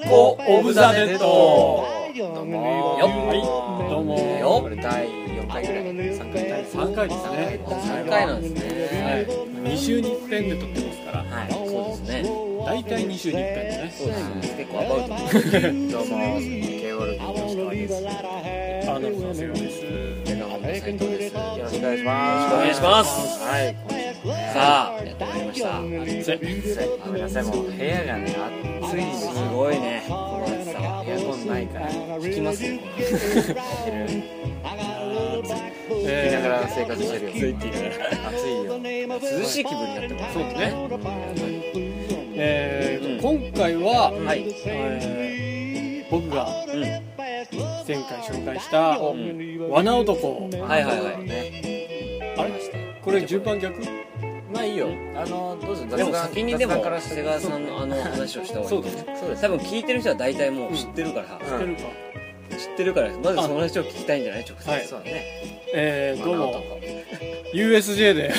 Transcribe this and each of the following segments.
子オブザネット。 どうもよっ、はい、どうもよこれ第4回ぐらい3回第3回ですね。 3回なんですね。 はい、2週に1遍で撮ってますから、 はい、そうですね。 大体2週に1遍でね。 そうですね。結構アバウト。 どうもケオルギ吉川です。 アナルの長谷川です。 メガホンの斉藤です。よろしくお願いします。 よろしくお願いします。 はい、 さあ、やってまいりました。 暑い。 ごめんなさい、もう部屋がね暑いんですすごいね、この暑さは。 エアコンないから引きますよ。 聞きながら生活してるよ。 暑いって言いながら暑いよ。 涼しい気分になってます。 そうですね。今回は、 はい。 僕が前回紹介した罠男。 はいはいはい。 あれこれ順番逆？ まあいいよ。どうぞ。 でも先にでも雑談から長谷川さんの話をした方がいい。 そうですね。 そうです。多分聞いてる人は大体もう知ってるから。 知ってるか。 知ってるからまずその話を聞きたいんじゃない？直接。 はい。 そうだね。 どうも USJ で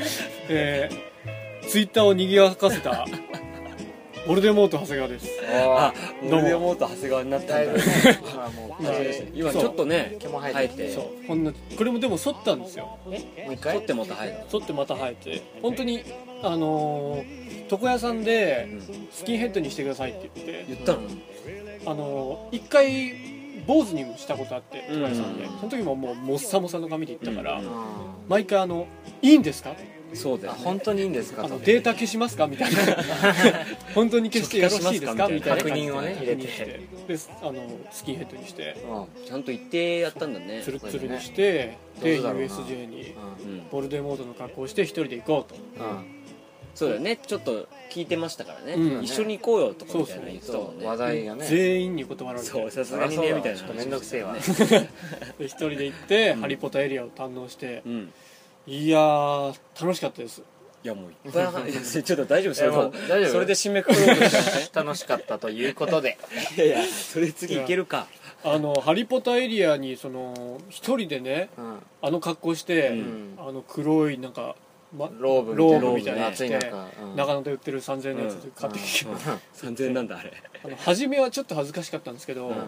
ツイッターを賑わかせたボルデモート長谷川です。 あ、ボルデモート長谷川になったんだ。今ちょっとね、 毛も生えて。 そう、これもでも剃ったんですよ。 もう一回剃ってまた生えた。 剃ってまた生えて、本当に床屋さんでスキンヘッドにしてくださいって言ったの。一回坊主にもしたことあって床屋さんで、その時ももうもっさもさの髪で言ったから毎回いいんですか？ そうだよ。 本当にいいんですか？ データ消しますかみたいな本当に消してよろしいですかみたいな確認をね入れてでスキンヘッドにしてちゃんと言ってやったんだね。 ツルツルにしてで USJ にボルデモートの格好をして一人で行こうと。 そうだよね。ちょっと聞いてましたからね。一緒に行こうよとかみたいな言ってたもんね。 話題がね全員に断られて、 そうさすがにねみたいな。 めんどくせえわ。 で一人で行ってハリポタエリアを堪能して、いやー楽しかったです。 いやもういっぱいちょっと大丈夫それ大丈夫。 それで締めくくろうとして楽しかったということで。 いやいやそれ次いけるか。 ハリポタエリアに一人でね格好して黒いなんかローブみたいな暑い中中野で売ってる3000円のやつ買ってきて 3000円なんだあれ。 初めはちょっと恥ずかしかったんですけど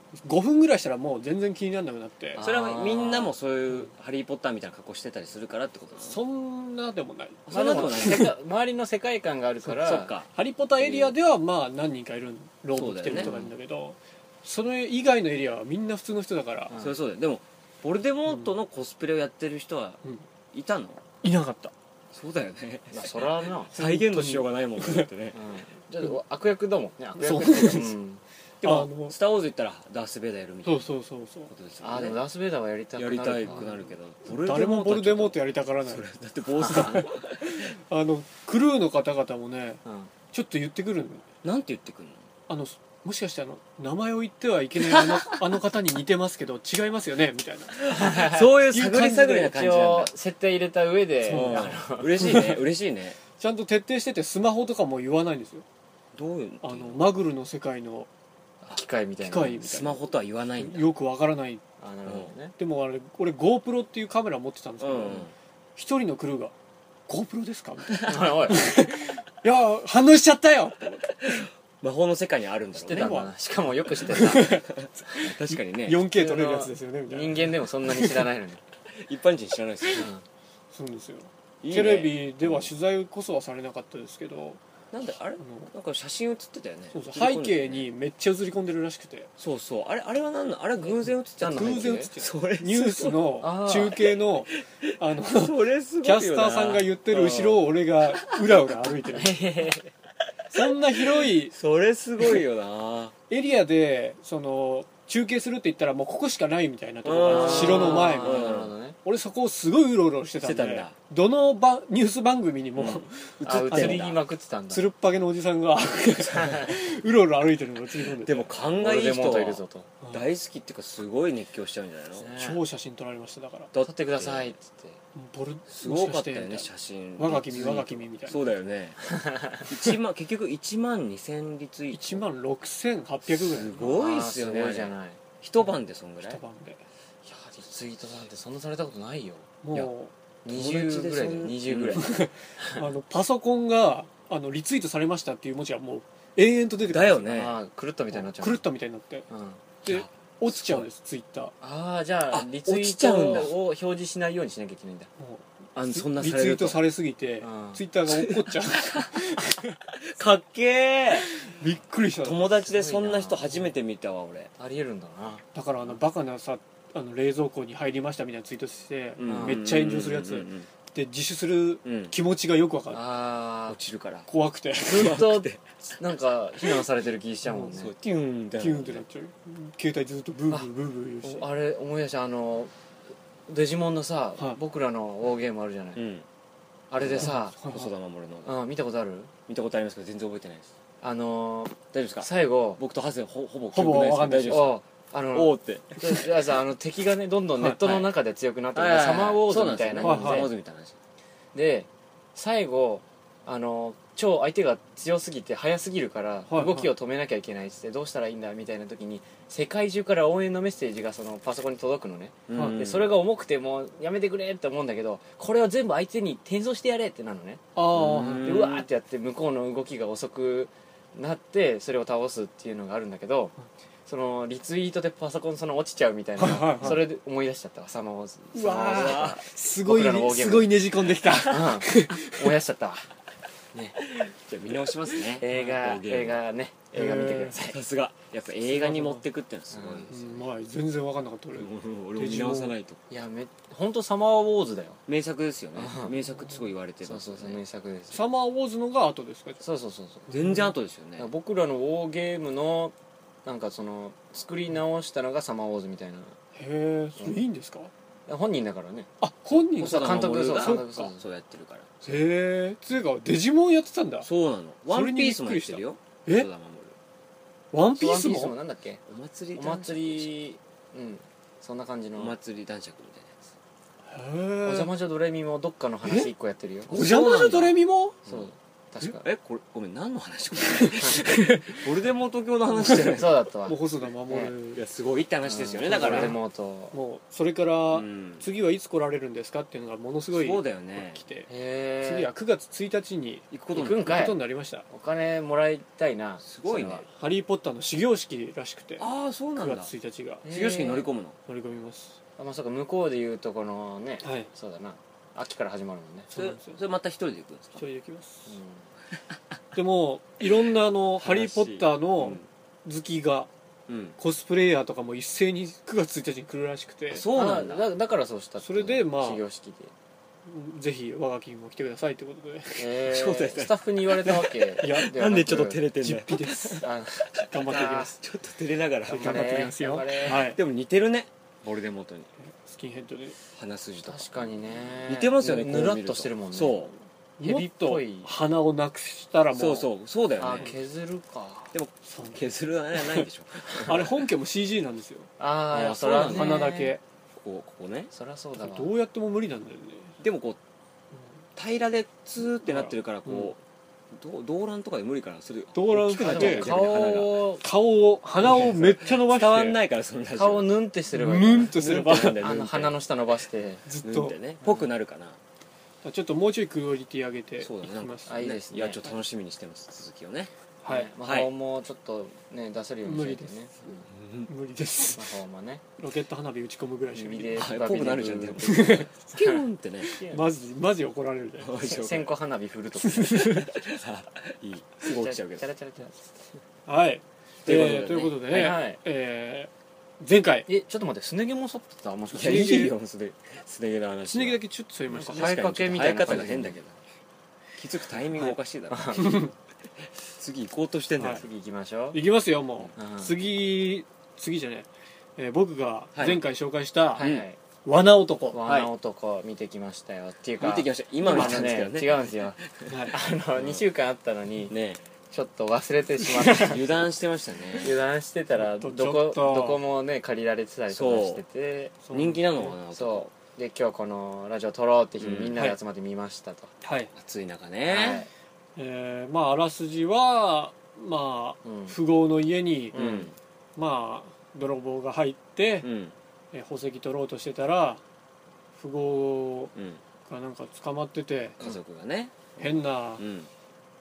5分ぐらいしたらもう全然気にならなくなって。 それはみんなもそういうハリーポッターみたいな格好してたりするからってことなの？ そんなでもない。 そんなでもない。 周りの世界観があるから。 そっか。 ハリポタエリアではまあ何人かいるローブ着てる人がいるんだけどそれ以外のエリアはみんな普通の人だから。 それそうだよ。でもボルデモートのコスプレをやってる人はいたの？ いなかった。 そうだよね。 そらな再現のしようがないもんねってね。 じゃあ悪役だもんね。悪役。 でもスターウォーズ行ったらダース・ベイダーやるみたいな。 そうことですよね。 でもダース・ベイダーはやりたくなるけど誰もボルデモートやりたがらない。 だって坊主だクルーの方々もねちょっと言ってくるの。 なんて言ってくるの？ もしかして名前を言ってはいけないあの方に似てますけど違いますよねみたいなそういう探り探りな感じなんだ。 設定入れた上で嬉しいね嬉しいね。 ちゃんと徹底しててスマホとかも言わないんですよ。 どういうマグルの世界の機械みたいなスマホとは言わないんだ。 よくわからない。 なるほどね。 でも俺 GoPro っていうカメラ持ってたんですけど一人のクルーが GoPro ですかみたいなおいいや反応しちゃったよ。 魔法の世界にあるんだろうね。 知ってたんだな。しかもよく知ってた。 確かにね 4K 撮れるやつですよねみたいな。 人間でもそんなに知らないのに一般人知らないですよ。 そうですよ。テレビでは取材こそはされなかったですけどなんであれなんか写真写ってたよね。 背景にめっちゃ映り込んでるらしくて。 そうそうあれは何なの？あれ偶然写っちゃった。 偶然写ってそれニュースの中継のそれすごいよな。 キャスターさんが言ってる後ろを俺がうらうら歩いてるそんな広いそれすごいよなエリアで中継するって言ったらもうここしかないみたいなところが城の前に俺そこをすごいウロウロしてたんでどのニュース番組にも映りまくってたんだ。 つるっぱげのおじさんがうろうろ歩いてるのが映り込んでて。 でも勘がいい人はいるぞと大好きっていうかすごい熱狂しちゃうんじゃないの？ 超写真撮られました。だから撮ってくださいっつってすごかったよね写真。 我が君みたいな。 そうだよね結局1万2000リツイート 1万6800ぐらい。 すごいっすよね。一晩でそんぐらい。 いやリツイートなんてそんなされたことないよ。 もう20ぐらいパソコンがリツイートされましたっていう文字はもう延々と出てくるだよね。 狂ったみたいになっちゃう。 狂ったみたいになって、で落ちちゃうんです、ツイッター。 ああ、じゃあリツイートを表示しないようにしなきゃいけないんだ。 そんなリツイートされすぎてツイッターが落っこっちゃう。 かっけー。 びっくりした。 友達でそんな人初めて見たわ俺。 ありえるんだな。 だからバカなさ、冷蔵庫に入りましたみたいなツイートして、めっちゃ炎上するやつで、自首する気持ちがよく分かる。 ああ、 落ちるから怖くてずっとなんか非難されてる気しちゃうもんね。 ティーンってキューンってなっちゃう。携帯ずっとブーブーブーブー言うし。 あれ思い出した、デジモンのさ、僕らのウォーゲームあるじゃない、あれでさ、 細田守の、 見たことある？ 見たことありますけど全然覚えてないです。大丈夫ですか？ 最後僕とハセほぼほぼ分かんないです。 おーってじゃあさ、敵がねどんどんネットの中で強くなってる、サマーウォーズみたいな感じで、 サマーウォーズみたいな話で最後超相手が強すぎて速すぎるから動きを止めなきゃいけないっつって、どうしたらいいんだみたいな時に世界中から応援のメッセージがそのパソコンに届くのね、でそれが重くてもうやめてくれって思うんだけど、これを全部相手に転送してやれってなるのね。でうわーってやって向こうの動きが遅くなってそれを倒すっていうのがあるんだけど、そのリツイートでパソコン落ちちゃうみたいな、それで思い出しちゃったわ、サマーウォーズ。 うわー、すごいねじ込んできた。 思い出しちゃったわね。じゃあ見直しますね。 映画ね、映画見てください。 さすがやっぱ映画に持ってくってのはすごいですよ。 まあ全然分かんなかった俺も見直さないと。 いや本当サマーウォーズだよ。 名作ですよね。名作ってすごい言われてる。 そう名作です。 サマーウォーズのが後ですか？ そう全然後ですよね。 僕らのウォーゲームのなんか作り直したのがサマーウォーズみたいな。 へえ、それいいんですか？ 本人だからね。 あ、本人が監督そうやってるから。 へえ、つうかデジモンやってたんだ。 そうなの。ワンピースもやってるよ。 え？ワンピースもなんだっけ？お祭り、そんな感じのお祭り男爵みたいなやつ。 へえ。 お邪魔女ドレミもどっかの話1個やってるよ。 お邪魔女ドレミも？ そう。確か。 これごめん、何の話？これでも東京の話じゃない。 そうだったわ。 もう細田守。 いやすごいって話ですよね。だからもうそれから次はいつ来られるんですかっていうのがものすごいそうだよね。 来て、次は9月1日に行くことになりました。 お金もらいたいな。 すごいね。 ハリーポッターの始業式らしくて。 ああ、そうなんだ。 9月1日が始業式に乗り込みます。 まさか向こうでいうとこのね、そうだな、秋から始まるもんね。 それまた一人で行くんですか？ 一人で行きます。でもいろんなハリーポッターの好きがコスプレイヤーとかも一斉に9月1日に来るらしくて、 そうなんだ。 だからそうした。 それでまあ始業式でぜひ我が君も来てくださいってことで、 スタッフに言われたわけ。 いや、なんでちょっと照れてんだよ。 実費です。頑張っていきます。 ちょっと照れながら頑張っていきますよ。はい。 でも似てるね、ボルデモートに。 スキンヘッドで鼻筋とか確かにね似てますよね。 ぬらっとしてるもんね。 そう、 ヘビっぽい。 鼻をなくしたらもうそうだよね。 削るか。 でも削るはないでしょ。 あれ本家も CG なんですよ。 ああ、 そら鼻だけここね。 そりゃそうだわ。 どうやっても無理なんだよね。 でも平らでツーってなってるから動乱とかで無理からする。 動乱して鼻をめっちゃ伸ばして伝わんないから、そんな顔をヌンってしてればいい。 ヌンとすれば鼻の下伸ばしてずっとねぽくなるかな。 ちょっともうちょいクオリティ上げていきます。 いいですね。 いや、ちょっと楽しみにしてます、続きをね。 はい。魔法もちょっとね出せるようにしてね。 無理です。 魔法もね。 ロケット花火打ち込むぐらいしか見てぽくなるじゃん。ピューンってね。 マジ怒られるじゃん。 線香花火振るとか。 いい。すぐ落ちちゃうけど。 はい。ということでね。前回ちょっと待って、すね毛も剃ってた？もしかして。 いいよ、すね毛の話。 すね毛だけちょっと剃りました。 生えかけみたいな生え方が変だけど気づくタイミングおかしいだろ。次行こうとしてんだよ。 次行きましょう。 行きますよ。もう次じゃねえ、僕が前回紹介した罠男見てきましたよ。っていうか見てきました。今見たんですけどね。 違うんですよ。2週間あったのにちょっと忘れてしまった。 油断してましたね。 油断してたらどこもね借りられてたりとかしてて、 人気なのかな。 そうで、今日このラジオ撮ろうって日にみんなで集まって見ましたと。 暑い中ね。 まああらすじはまあ富豪の家にまあ泥棒が入って宝石取ろうとしてたら富豪がなんか捕まってて、 家族がね変な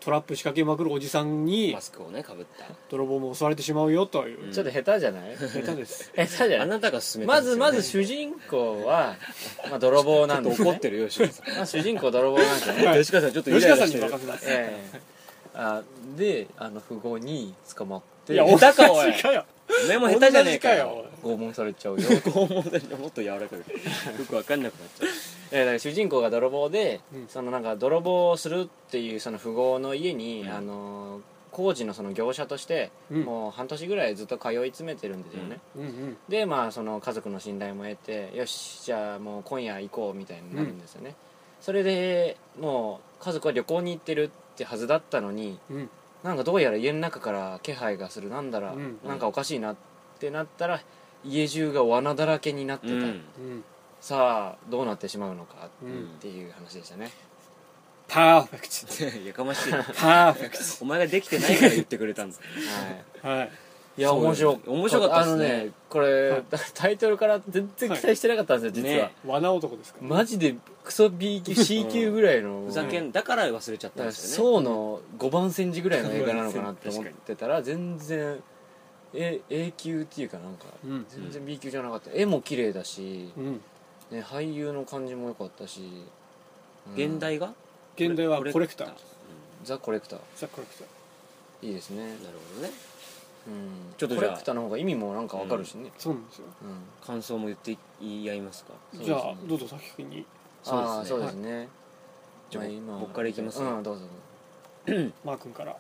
トラップ仕掛けまくるおじさんにマスクをねかぶった泥棒も襲われてしまうよという、 ちょっと下手じゃない下手です下手じゃないあなたが勧めたんですよねまず主人公は、まあ、泥棒なんです、ね、 ちょっと怒ってるよ吉川さんまあ、主人公泥棒なんですよね、 はい吉川さんちょっとイ吉川さんにライラしてる任せます、 で富豪に捕まっていや下手かおい同じかよお前も下手じゃねえか同よじ拷問されちゃうよ拷問でもっと柔らかくよく分かんなくなっちゃうだから主人公が泥棒で、 うんそのなんか泥棒をするっていうその富豪の家に、 うん工事のその業者として、 うんもう半年ぐらいずっと通い詰めてるんですよね、 うんうんでまあその家族の信頼も得てよしじゃあもう今夜行こうみたいになるんですよね、それでもう家族は旅行に行ってるってはずだったのにうんなんかどうやら家の中から気配がするなんだら、 うんなんかおかしいなってなったら家中が罠だらけになってた、 うんうんさあどうなってしまうのかうんっていう話でしたね、 パーフェクトやかましいパーフェクお前ができてないから言ってくれたんだはいトはいいやそう面白面白かったですねこれ、 はいタイトルから全然期待してなかったんですよ、実は、 ね罠男ですかマジでクソ B 級 C 級ぐらいのふざけんだから忘れちゃったんだからですよね宋の5番煎じぐらいの映画なのかなって思ってたら全然A 級っていうかなんかうん全然 B 級じゃなかった、絵も綺麗だし、 うんね、俳優の感じも良かったし、 現代が現代はコレクターザ・コレクターザ・コレクターいいですね、 なるほどねうん、 ちょっとじゃあコレクターの方が意味もなんかわかるしね、 そうなんですようん感想も言って言い合いますかじゃあどうぞ先にああそでそううですすね、 じゃあま今僕からいきますねうんどうぞマー君から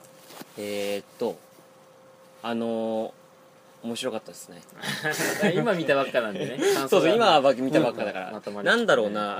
面白かったですね今見たばっかなんでねそうそう今は見たばっかだから、 まとまりなんだろうな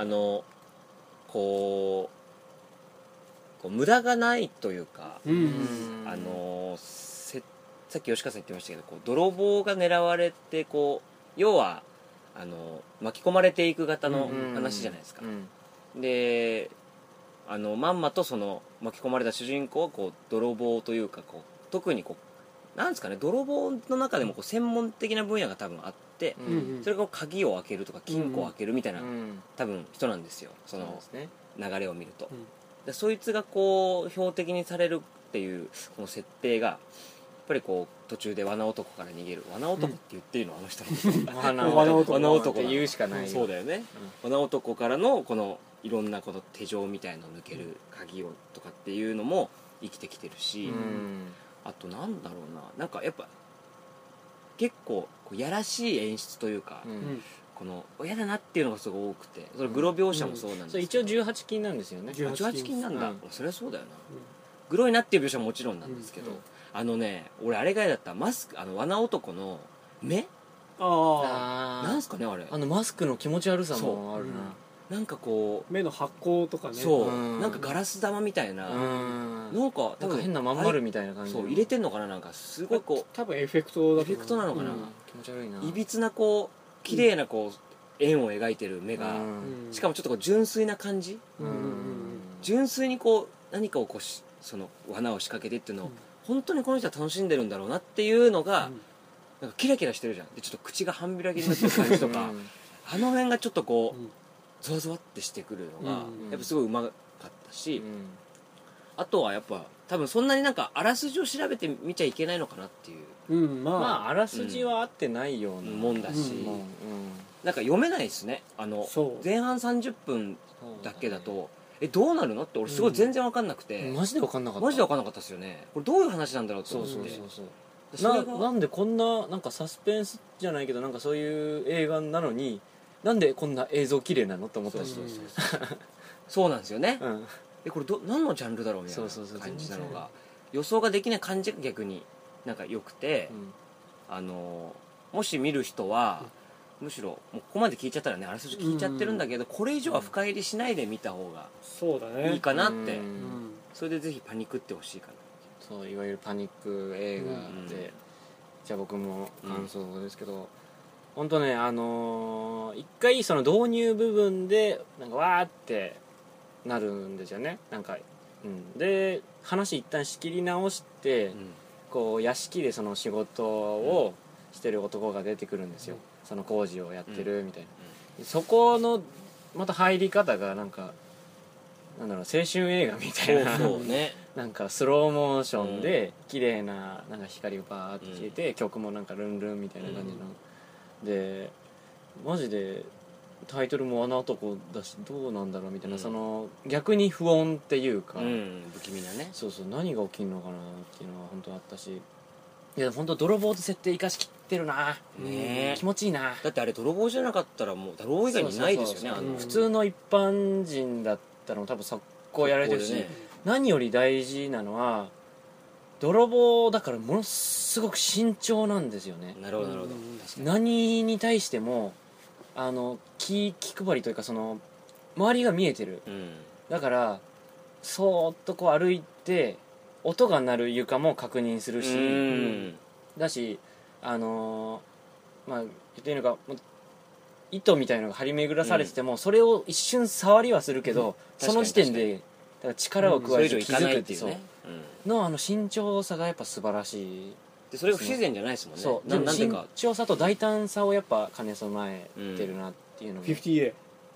こう無駄がないというか、 ううんんさっき吉川さん言ってましたけどこう泥棒が狙われてこう要は巻き込まれていく型の話じゃないですか、 うんでまんまとその巻き込まれた主人公はこう泥棒というかこう特にこうなんですかね泥棒の中でもこう専門的な分野が多分あって、 うんうんそれがこう鍵を開けるとか金庫を開けるみたいな、 うん多分人なんですよそそうのですね流れを見ると、 うんでそいつがこう標的にされるっていうこの設定がやっぱりこう途中で罠男から逃げる罠男って言っていいの、あの人の罠男罠男って言うしかないそうだよね、罠男からのこのいろんなこの手錠みたいのを抜ける鍵をとかっていうのも生きてきてるし、 うんあとなんだろうななんかやっぱ結構こうやらしい演出というか、 ううんんこの嫌だなっていうのがすごい多くてそれグロ描写もそうなんですそれ一応18禁なんですよね 18 18禁なんだ、 うんそりゃそうだよな、グロいなっていう描写はもちろんなんですけど、 うん俺あれが嫌だったマスク罠男の目あなんすかねあれマスクの気持ち悪さもあるなんかこあ目の発光とかねそう、 うんなんかガラス玉みたいな、 なうんなんかなんか変なまん丸みたいな感じそう入れてんのかななんかすごいこ多分エフェクトだと思うエフェクトなのかなうん気持ち悪いなういびつなこう綺麗なこう円を描いてる目が、 うんしかもちょっとこう純粋な感じうんうんうん純粋にこう何かをこうその罠を仕掛けてっていうのを、本当にこの人は楽しんでるんだろうなっていうのが、なんかキラキラしてるじゃんでちょっと口が半開きになってる感じとか、あの辺がちょっとこう、 うんゾワゾワってしてくるのが、 うんやっぱすごいうまかったし、 うんあとはやっぱ多分そんなになんかあらすじを調べてみちゃいけないのかなっていううんまあ、 まああらすじは合ってないようなもんだし、 うんもんなんか読めないですねそう前半30分そうだけだとどうなるのって俺すごい全然分かんなくて、 マジで分かんなかったマジで分かんなかったですよねこれどういう話なんだろうとそう思ってそうそうそうそれがなんでこんななんかサスペンスじゃないけどなんかそういう映画なのになんでこんな映像綺麗なのって思ったしそうなんですよね、 うんこれ何のジャンルだろうみたいなそうそうそう感じなのが予想ができない感じが逆になんか良くて、 うんもし見る人は、むしろもうここまで聞いちゃったらねあらすじ聞いちゃってるんだけど、これ以上は深入りしないで見た方がそうだねいいかなって、 うんうんそれでぜひパニックってほしいかなそういわゆるパニック映画うんで、じゃあ僕も感想ですけど、本当ね一回その導入部分でなんかわーってなるんですよねなんか、で話一旦仕切り直して、こう屋敷でその仕事をしてる男が出てくるんですよ、その工事をやってるみたいな、そこのまた入り方がなんかなんだろう青春映画みたいなそうねなんかスローモーションで綺麗ななんか光がバーって消えて、曲もなんかルンルンみたいな感じの、でマジでタイトルも穴男だしどうなんだろうみたいな、その逆に不穏っていうか、 不気味なね。 そうそう何が起きるのかなっていうのは本当あったし、いや本当泥棒と設定生かしきってるな、 ね、 気持ちいいな。 だってあれ泥棒じゃなかったらもう泥棒以外にないですよね。 普通の一般人だったら多分速攻やられてるし、ね、何より大事なのは泥棒だからものすごく慎重なんですよね。 なるほどなるほど。 何に対しても気配りというか、その周りが見えてる、だからそーっとこう歩いて音が鳴る床も確認するし、だしまあ言っていいのか、糸みたいなのが張り巡らされてても、それを一瞬触りはするけど、その時点でだから力を加えて気づくっていうねの慎重さがやっぱ素晴らしい。 でそれが不自然じゃないですもんね。 そうでも慎重さと大胆さをやっぱ兼ね備えてるなっていうのも、 50A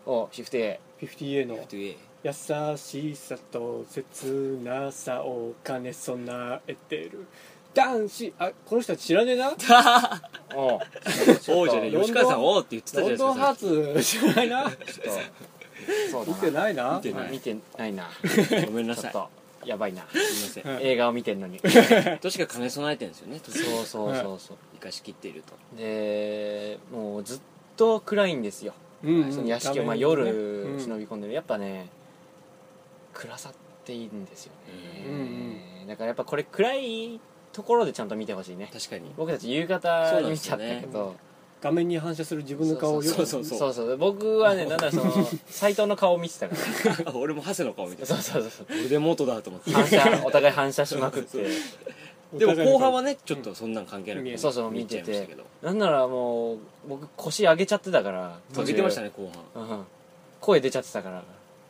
50A の優しさと切なさを兼ね備えてる男子。この人は知らねえな。 おうじゃね、吉川さんおうって言ってたじゃないですか。 ロンドンハーツ知らないな。 そうだな、 見てないな。 見てないな。 ごめんなさい。 ちょっとやばいな。 すいません。 映画を見てんのに。 としか兼ね備えてるんですよね。 そう生かしきっていると。 でもうずっと暗いんですよ。その屋敷を夜忍び込んでる。やっぱね暗さっていいんですよね。だからやっぱこれ暗いところでちゃんと見てほしいね。 確かに。 僕たち夕方に見ちゃったけど、 画面に反射する自分の顔をよく。 そう僕はね、なんだその斎藤の顔を見てたから俺も長谷の顔見てた。 そう俺で元だと思って。 お互い反射しまくってでも後半はねちょっとそんなん関係なくそう見てて、なんならもう僕腰上げちゃってたから、 上げてましたね後半。 声出ちゃってたから、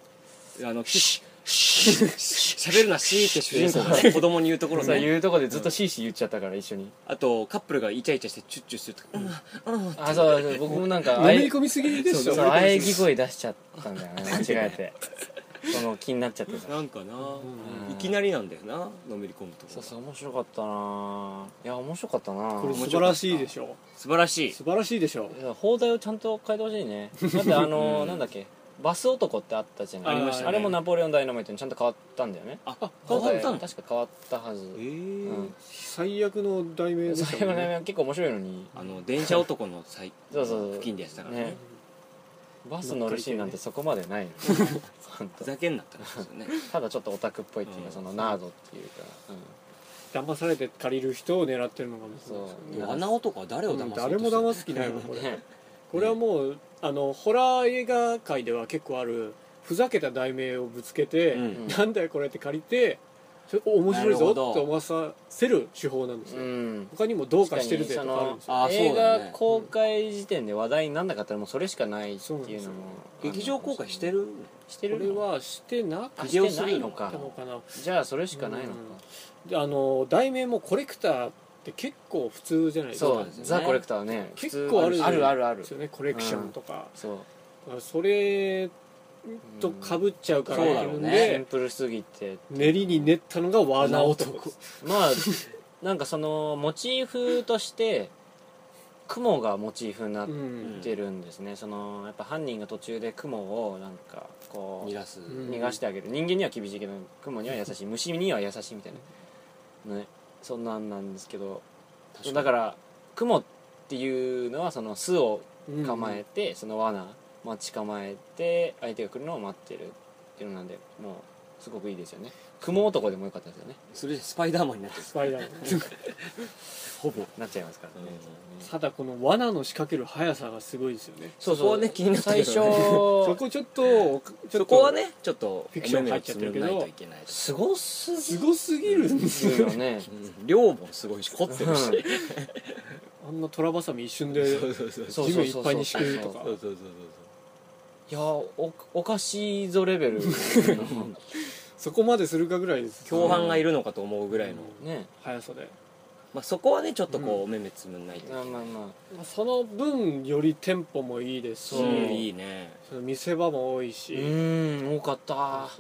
喋るなしーって主人公が子供に言うところで言うところでずっとシーシー言っちゃったから一緒に。 あとカップルがイチャイチャしてチュッチュするとか、 そう僕もなんかのめり込みすぎでしょ。 喘ぎ声出しちゃったんだよね、間違えて。その気になっちゃってさ、 なんかないきなりなんだよな、のめり込むと。 そう面白かったな。いや面白かったな。 これ素晴らしいでしょ。 素晴らしいでしょ。 放題をちゃんと変えてほしいね。だってなんだっけ、バス男ってあったじゃない。あれもナポレオンダイナマイトにちゃんと変わったんだよね。 変わったの？ 確か変わったはず。 最悪の題名でした最悪の題名結構面白いのに、 電車男の付付近でやってたからね。 バス乗るシーンなんてそこまでないの。 ふざけんなって話ですよね。 ただちょっとオタクっぽいっていうか、そのナードっていうか、 騙されて借りる人を狙ってるのかもしれないですよね。 穴男は誰を騙す？ 誰も騙す気ないわこれ。これはもうホラー映画界では結構あるふざけた題名をぶつけて、なんだよこれって借りて面白いぞって思わせる手法なんですよ。他にもどうかしてるぜとかあるんですよ。 映画公開時点で話題にならなかったらもうそれしかないっていうのも。 劇場公開してる？ これはしてなくてないのか。じゃあそれしかないのか。 題名もコレクターって結構普通じゃないですか。 そうザ・コレクターはね結構あるですよね、コレクションとか。 そうそれとかぶっちゃうからシンプルすぎて練りに練ったのが罠男。 まあなんかそのモチーフとして雲がモチーフになってるんですね。そのやっぱ犯人が途中で雲をなんかこう逃がしてあげる。人間には厳しいけど雲には優しい、虫には優しいみたいなね、そんなんですけど、だから雲っていうのはその巣を構えて、その罠待ち構えて相手が来るのを待ってるっていうのなんで、もうすごくいいですよね。雲男でもよかったですよね。 それでスパイダーマンになってる。 スパイダーマンほぼなっちゃいますからね。 ただこの罠の仕掛ける速さがすごいですよね。 そこはね気になったけどね。 最初そこちょっとそこはねちょっとフィクション入っちゃってるけど、 すごすぎるんですよね。 量もすごいし凝ってるし、 あんなトラバサミ一瞬で地面いっぱいに敷くとか。 いやおかしいぞレベルそこまでするかぐらいです。 共犯がいるのかと思うぐらいの速さで。 まあそこはねちょっとこう目つむんないと。 その分よりテンポもいいですし、 いいね。 見せ場も多いし、 多かった。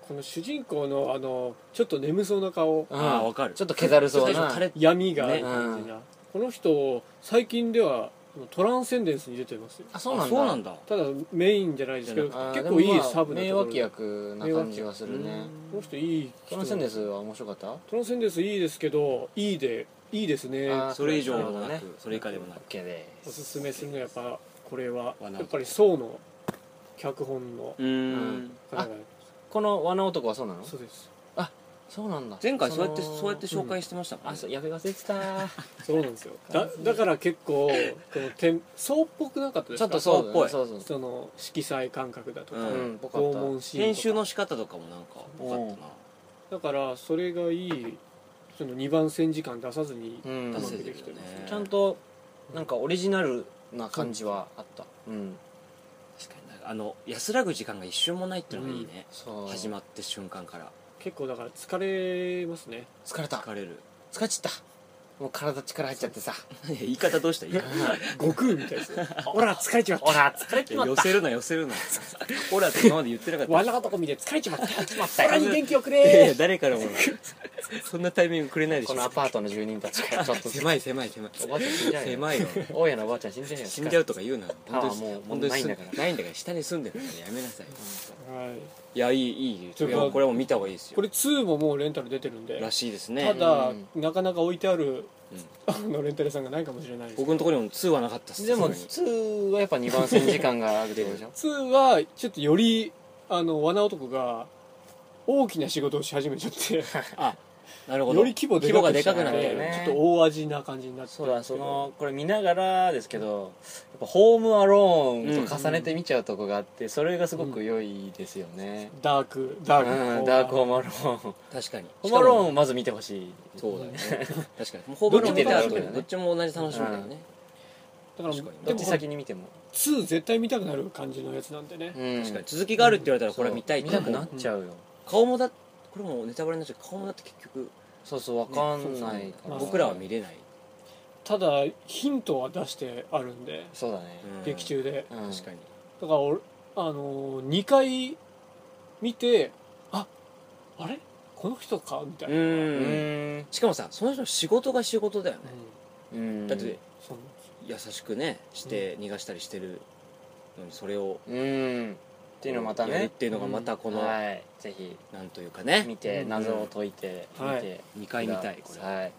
この主人公のちょっと眠そうな顔、 ああ分かる。 ちょっと気だるそうな闇がある感じな、この人最近ではトランセンデンスに出てますよ。 そうなんだ。 そうなんだ。 ただメインじゃないですけど結構いいサブな名ところ脇役な感じがするね。 この人いい人。 トランセンデンスは面白かった？ トランセンデンスいいですけどいいですね。 それ以上もなくそれ以下でもなく OK でおす。 すすめするのはやっぱこれはやっぱり宋の脚本の方がこの罠男はそうなの？ そうです。 そうなんだ。 前回そうやって紹介してましたもんね。 やべ忘れてた。 そうなんですよ。だから結構この宋っぽくなかったですか？ ちょっとそうっぽい。 その色彩感覚だとか拷問シーンとか編集の仕方とかもなんか良かったな。 だからそれがいい、その2番線時間出さずにうまく出せできてますね。 ちゃんとなんかオリジナルな感じはあった。 確かに安らぐ時間が一瞬もないっていうのがいいね。 そう始まって瞬間から結構だから疲れますね。 疲れた。 疲れる。 疲れちゃった。もう体力入っちゃってさ。 言い方どうしたらいい？ 悟空みたいですよ。ほら疲れちまった。 ほら疲れちまった。 寄せるなほらって今まで言ってなかった。 罠男見て疲れちまった。腹に元気をくいやいれや誰からもそんなタイミングくれないでしょ。 このアパートの住人たちからちょっと狭いおばあちゃん死んじゃうよ。 狭いよ。 大家のおばあちゃん死んじゃうよ。 死んじゃうとか言うな。 パワーもうないんだからないんだから下に住んでるからやめなさい。 はい。 いやいいこれはもう見た方がいいですよ。 これ2ももうレンタル出てるんで。 らしいですたね。 だなかなか置いてあるレンタル屋さんがないかもしれないです。 僕のところにも2はなかったっす。 でも2はやっぱ2番線時間があるってことでしょ。 2はちょっとより罠男が大きな仕事をし始めちゃってなるほど。 より規模がでかくなってるね。 ちょっと大味な感じになってそうだ、これ見ながらですけど、やっぱホームアローンと重ねて見ちゃうとこがあって、それがすごく良いですよね。 ダークホームアローン。 確かに。 ホームアローンをまず見てほしい。 そうだね。確かに。ホームアローン見てたらどっちも同じ楽しみだよね。 だからどっち先に見ても 2絶対見たくなる感じのやつなんでね。 確かに続きがあるって言われたらこれは見たい。 見たくなっちゃうよ。 顔もこれもネタバレになっちゃう。顔もだって結局そうわかんないから僕らは見れない。 ただヒントは出してあるんで。 そうだね。 劇中で。 確かに。 だから2回見てあれこの人かみたいな。 しかもさその人の仕事が仕事だよね。だって優しくねして逃がしたりしてるのにそれをっていうのまたねやるっていうのがまたこのぜひなんというかね見て謎を解いて見て 2回見たいこれ。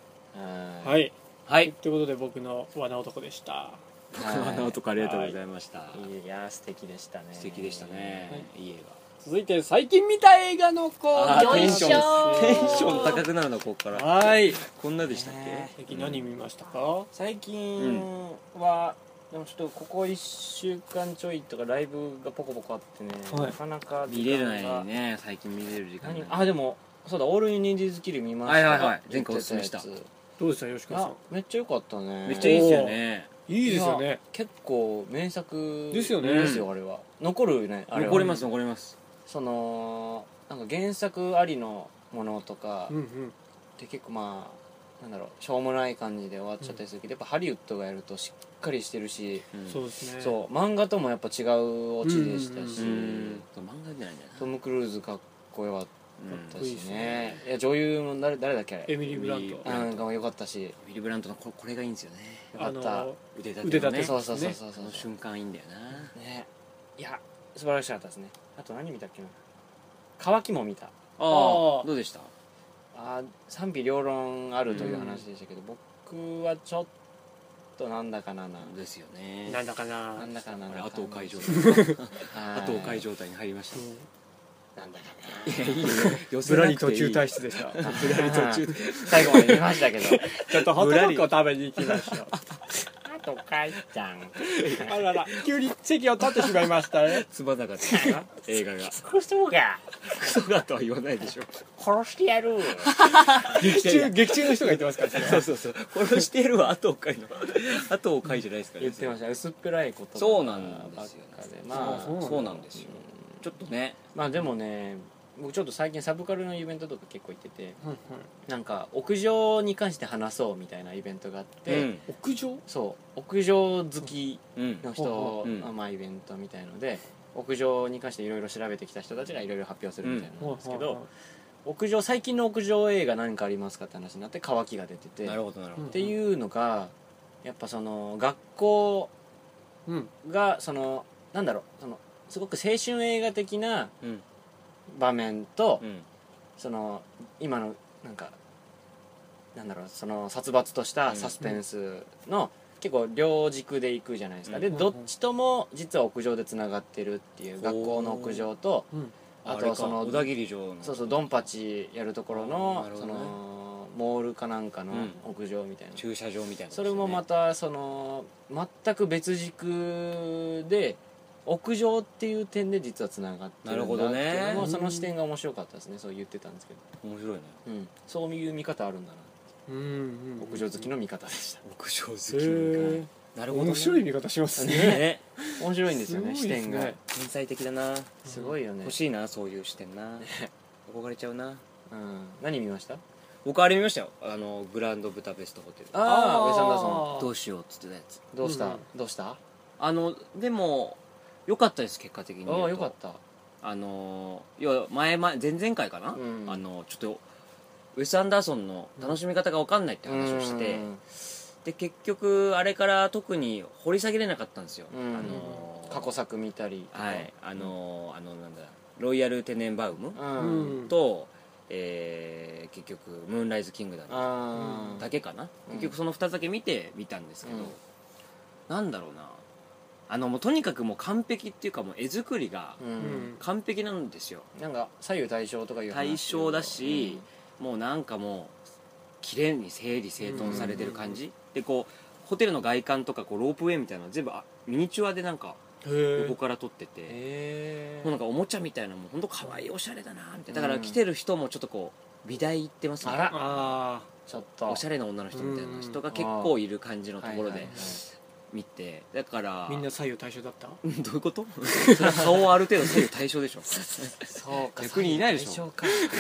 はいということで僕の罠男でした。 僕の罠男ありがとうございました。 いや素敵でしたね。 素敵でしたね。いい映画。 続いて最近見た映画のコーナー。 テンション高くなるなここから。 はいこんなでしたっけ？ 最近何見ましたか？ 最近はでもちょっとここ1週間ちょいとかライブがポコポコあってね、なかなか見れないね。最近見れる時間でもそうだオールユニーズキル見ました。 前回おすすめした。 どうでした吉川さん？ めっちゃ良かったね。 めっちゃいいですよね。 いいですよね。 結構名作ですよね。 ですよあれは。残るねあれは。 残ります。 そのなんか原作ありのものとかで結構なんだろうしょうもない感じで終わっちゃったりするけど、やっぱハリウッドがやるとしっかりしてるし、 そうですね。 そう漫画ともやっぱ違うオチでしたし、 漫画じゃないんだよな。 トム・クルーズかっこよかったしね。いや女優も誰だっけあれ？ エミリー・ブラントが良かったし、 エミリー・ブラントのこれがいいんですよね。 よかった。 腕立てそうその瞬間いいんだよな。 ね、いや素晴らしかったですね。あと何見たっけな。乾きも見た。 どうでした？ 賛否両論あるという話でしたけど、僕はちょっとなんだかなですよね。 なんだかな後を解状態に入りました。 なんだかな。いやいいよ。 ぶらり途中退出でした。 最後まで見ましたけど、 ちょっとホットドッグを食べに行きましょう。 あとかいちゃん。 あらら急に席を立ってしまいましたね。 つまなかったな映画が。 クソがクソがとは言わないでしょ。 殺してやる。 劇中の人が言ってますから。 そう殺してやるは後を回じゃないですかね。 言ってました。薄っぺらいことそうなんですよね。 そうなんですよ。ちょっとねでもね僕ちょっと最近サブカルのイベントとか結構行ってて、なんか屋上に関して話そうみたいなイベントがあって、 屋上？ そう屋上好きの人のイベントみたいので、 屋上に関していろいろ調べてきた人たちがいろいろ発表するみたいなんですけど、最近の屋上映画何かありますかって話になって乾きが出てて、 なるほどなるほど。 っていうのがやっぱその学校がそのなんだろう、そのすごく青春映画的な場面と、その今のなんかなんだろう、その殺伐としたサスペンスの結構両軸でいくじゃないですか。でどっちとも実は屋上でつながってるっていう、学校の屋上と、あとその小田切城のそうそうドンパチやるところのそのモールかなんかの屋上みたいな、 駐車場みたいな、 それもまたその全く別軸で屋上っていう点で実はつながってるんだっていうのも、その視点が面白かったですね。そう言ってたんですけど、 面白いね。 そういう見方あるんだな、屋上好きの見方でした。 屋上好きの見方、なるほど、 面白い見方しますね。 面白いんですよね、視点が天才的だな。 すごいよね。 欲しいな、そういう視点な。憧れちゃうな。 何見ました？ 僕あれ見ましたよ、グランドブダペストホテル。 ウェス・アンダーソンどうしようっつってたやつ。 どうした？ でも良かったです、結果的に。 良かった。 要は前々回かな、ちょっとウェス・アンダーソンの楽しみ方が分かんないって話をして、で結局あれから特に掘り下げれなかったんですよ。 過去作見たりとか、 なんだロイヤル・テネンバウムと、結局ムーンライズ・キングダムだけかな、結局その2つだけ見たんですけど、なんだろうな、もうとにかくもう完璧っていうか、もう絵作りが完璧なんですよ。 なんか左右対称とかいう話対称だし、もうなんかもう綺麗に整理整頓されてる感じで、こうホテルの外観とかこうロープウェイみたいなの全部ミニチュアでなんか横から撮ってて、もうなんかおもちゃみたいな、もうほんと可愛いおしゃれだなみたいな。だから来てる人もちょっとこう美大行ってますね。 ちょっとおしゃれな女の人みたいな人が結構いる感じのところで見て、だからみんな左右対称だった？ どういうこと？それは顔はある程度左右対称でしょ。 そうか、 逆にいないでしょ。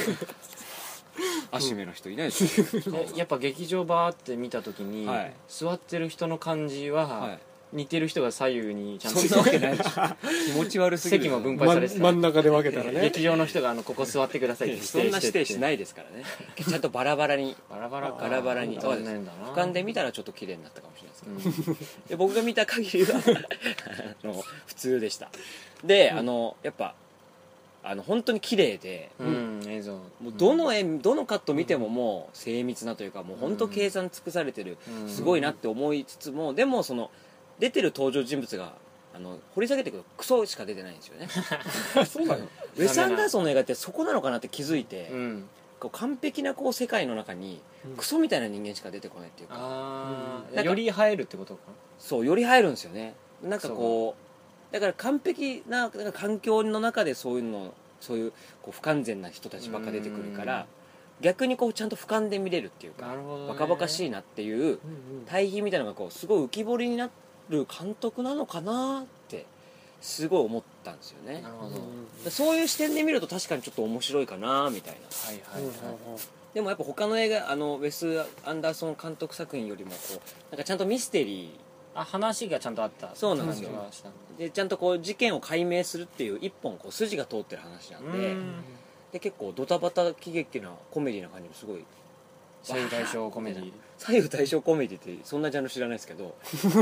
足目の人いないでしょ。 やっぱ劇場バーって見た時に、座ってる人の感じは、似てる人が左右にちゃんと、 そんなわけないでしょ。気持ち悪すぎる。 席も分配されてた。 真ん中で分けたらね。 劇場の人がここ座ってくださいってそんな指定しないですからね。ちゃんとバラバラにバラバラに。 そうです。俯瞰で見たらちょっと綺麗になったかもしれないですけど、で僕が見た限りは普通でした。で、やっぱ本当に綺麗で、 映像もうどのカット見てももう精密なというか、もう本当計算尽くされてる、すごいなって思いつつも、でもその出てる登場人物が掘り下げていくとクソしか出てないんですよね。 そうなの？ ウェス・アンダーソンの映画ってそこなのかなって気づいて、こう完璧なこう世界の中にクソみたいな人間しか出てこないっていうか、 より映えるってことか。 そうより入るんですよね。なんかこうだから完璧な環境の中でそういうこう不完全な人たちばっか出てくるから、逆にこうちゃんと俯瞰で見れるっていうか、バカバカしいなっていう対比みたいなのがこうすごい浮き彫りになる監督なのかなってすごい思ったんですよね。 なるほど。 そういう視点で見ると確かにちょっと面白いかなみたいな。でもやっぱ他の映画ウェス・アンダーソン監督作品よりもこうなんかちゃんとミステリー、 話がちゃんとあった。 そうなんですよ。でちゃんとこう事件を解明するっていう一本こう筋が通ってる話なんで、で結構ドタバタ喜劇なコメディな感じもすごい。 左右対称コメディ。 左右対称コメディってそんなジャンル知らないですけど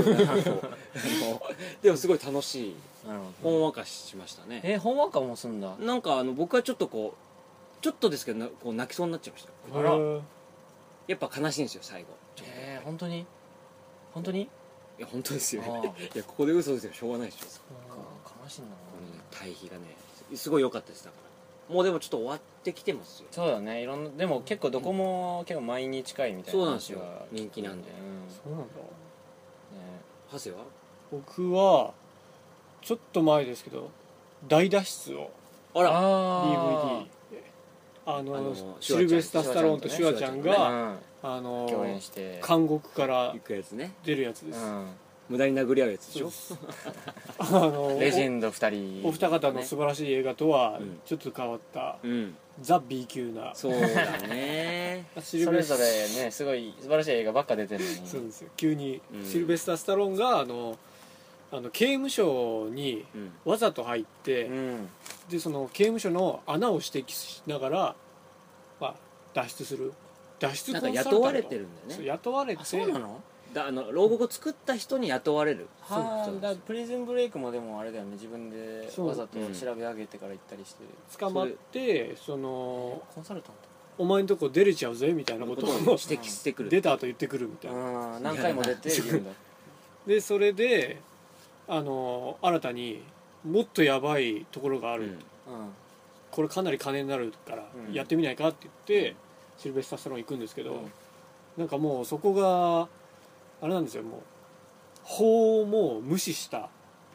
でもすごい楽しい。ほんわかしましたね。 ほんわかもすんだ。 なんか僕はちょっとこうちょっとですけどこう泣きそうになっちゃいました。やっぱ悲しいんですよ最後。 本当に本当に？ いや本当ですよ。いやここで嘘ですよ、しょうがないでしょ。 悲しいんだな。 対比がねすごい良かったです。だからもうでもちょっと終わってきてますよ。 そうだね。いろんなでも結構どこも結構毎日近いみたいな話は人気なんで。 そうなんだ。 ハセは？ 僕はちょっと前ですけど大脱出を DVD シルベスタ・スタローンとシュワちゃんが共演して監獄から行くやつね。 出るやつです。 無駄に殴り合うやつでしょ。 レジェンド2人お二方の素晴らしい映画とはちょっと変わったザ・ B 級な。 そうだね。 それぞれねすごい素晴らしい映画ばっか出てるのに。 そうですよ。急にシルベスタ・スタローンが刑務所にわざと入って、でその刑務所の穴を指摘しながら、まあ、脱出する脱出コンサルタント、 なんか雇われてるんだよね。 雇われて、 そうなの？ 牢獄を作った人に雇われる。 だプリズンブレイクもでもあれだよね、自分でわざと調べ上げてから行ったりして、 捕まってそのコンサルタントお前んとこ出れちゃうぜみたいなことを指摘してくる。 出た後言ってくるみたいな。 何回も出て言うんだ。 でそれで新たにもっとやばいところがある、これかなり金になるからやってみないかって言って、シルベスター・スタローン行くんですけど、なんかもうそこがあれなんですよ、もう法をもう無視した、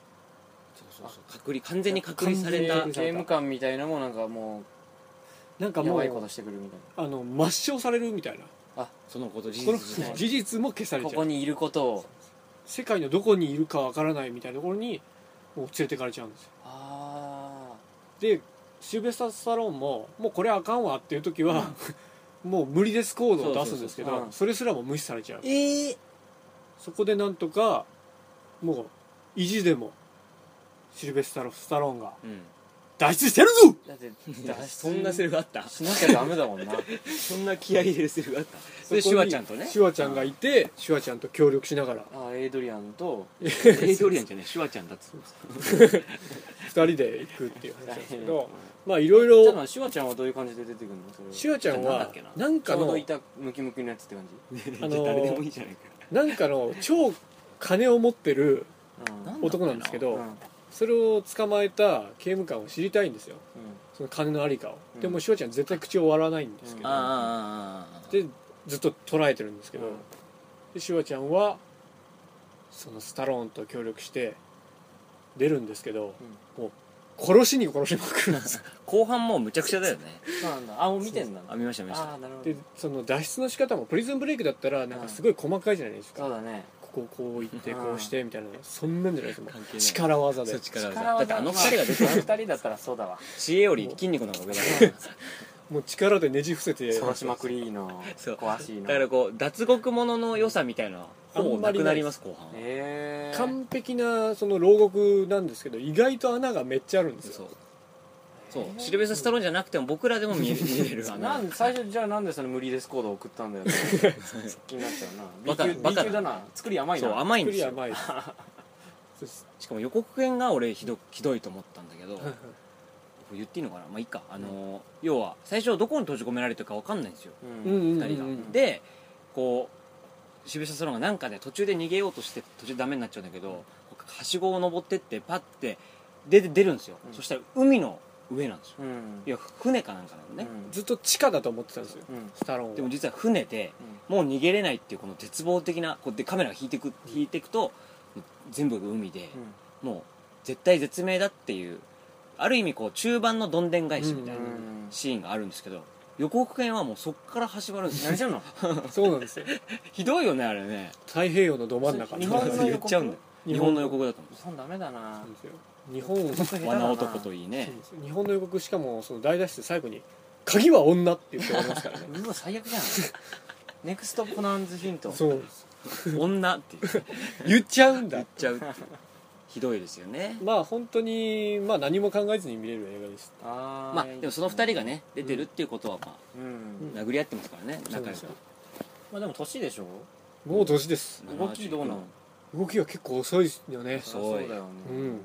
完全に隔離された刑務官みたいなもん、なんかもうやばいことしてくるみたいな、 抹消されるみたいな、 そのこと事実も消されちゃう、 ここにいることを世界のどこにいるかわからないみたいなところにもう連れてかれちゃうんですよ。でシルベスター・スタローンももうこれあかんわっていう時は、もう無理ですコードを出すんですけど、それすらも無視されちゃう。そこでなんとかもう意地でもシルベスター・スタローンが脱出してるぞ。 だってそんなセリフあった？ しなきゃダメだもんな。 そんな気合い入れるセリフあった？それシュワちゃんとね、 シュワちゃんがいて、シュワちゃんと協力しながら、 エイドリアンとエイドリアンじゃねえ、シュワちゃんだっつ 2人で行くっていう話なんですけど、まあいろいろ。 シュワちゃんはどういう感じで出てくるの？ シュワちゃんはなんかのちょうどいたムキムキのやつって感じ。 誰でもいいじゃないか。 なんかの超金を持ってる男なんですけど、それを捕まえた刑務官を知りたいんですよ、その金のありかを。でもシュワちゃん絶対口を割らないんですけど、でずっと捉えてるんですけど、でシュワちゃんはそのスタローンと協力して出るんですけど、もう殺しに殺しまくるんです後半もうむちゃくちゃだよね。 そうなんだ。もう見てんだ。 見ました見ました。 でその脱出の仕方もプリズンブレイクだったらなんかすごい細かいじゃないですか。 そうだね。 こう行ってこうしてみたいな、そんなんじゃないですか。力技で。 だって2人が出てる。 2人だったらそうだわ。 知恵より筋肉の方が上だからもう力でねじ伏せて殺しまくりの詳しいの。 だからこう脱獄ものの良さみたいなほぼなくなります後半。 完璧なその牢獄なんですけど、意外と穴がめっちゃあるんですよ。 そうシルベスター・スタローンじゃなくても僕らでも見れる穴。 最初じゃあなんでその無理ですコードを送ったんだよ気になっちゃうな。B 級だな。作り甘いな。 そう甘いんですよ。しかも予告編が俺ひどいと思ったんだけど言っていいのかな、まあいいか。要は最初どこに閉じ込められてるか分かんないんですよ、2人が。でこうシルベスター・スタローンがなんかで途中で逃げようとして途中でダメになっちゃうんだけど、はしごを登ってってパッて出るんですよ、そしたら海の上なんですよ、いや船かなんかなのね、 ずっと地下だと思ってたんですよ、スタローンは。 でも実は船で、もう逃げれないっていうこの絶望的なこうでカメラが引いていくと全部が海で、もう絶対絶命だっていう、ある意味こう中盤のどんでん返しみたいなシーンがあるんですけど、予告編はもうそっから始まるんですよ。 何してんのそうなんですよ。 ひどいよねあれね。 太平洋のど真ん中。 日本の言っちゃうんだよ。日本の予告だと思う。 日本ダメだな。 日本罠男といいね。 日本の予告、しかもその大脱出最後に鍵は女って言って終わりますからね。 うわ最悪じゃん。ネクストコナンズヒント。 そう女って言っちゃうんだ。 言っちゃう。ひどいですよね。 まあ本当にまあ何も考えずに見れる映画です。 まあでもその2人がね出てるっていうことはまあ殴り合ってますからね、仲良く。 まあでも年でしょ。 もう年です。 動きどうなの？ 動きは結構遅いですよね。 そうだよね。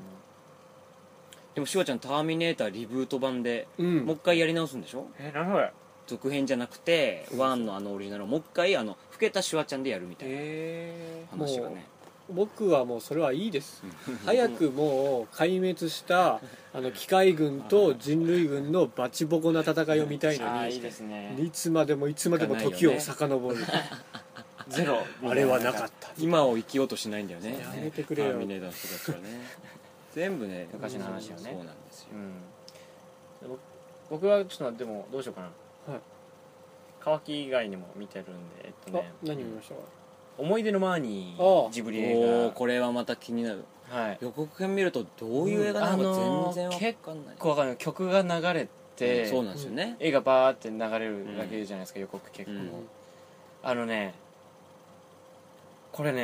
でもシュワちゃんターミネーターリブート版でもう一回やり直すんでしょ？ 何それ？ 続編じゃなくて1のオリジナルをもう一回老けたシュワちゃんでやるみたいな話がね。 僕はもうそれはいいです。早くもう壊滅した機械軍と人類軍のバチボコな戦いを見たいのに、いつまでも時を遡る。 ゼロあれはなかった。 今を生きようとしないんだよね。 やめてくれよ。 ターミネーターの人たちはね。全部ね昔の話よね。 そうなんですよ。 僕はちょっとでもどうしようかな。乾き以外にも見てるんで何見ましたか？ 思い出のマーニー、ジブリ映画。 これはまた気になる。 はい、 予告編見るとどういう映画なのか全然わかんない。 結構わかんない。曲が流れて、 そうなんですよね。 絵がバーって流れるだけじゃないですか、予告結構。これね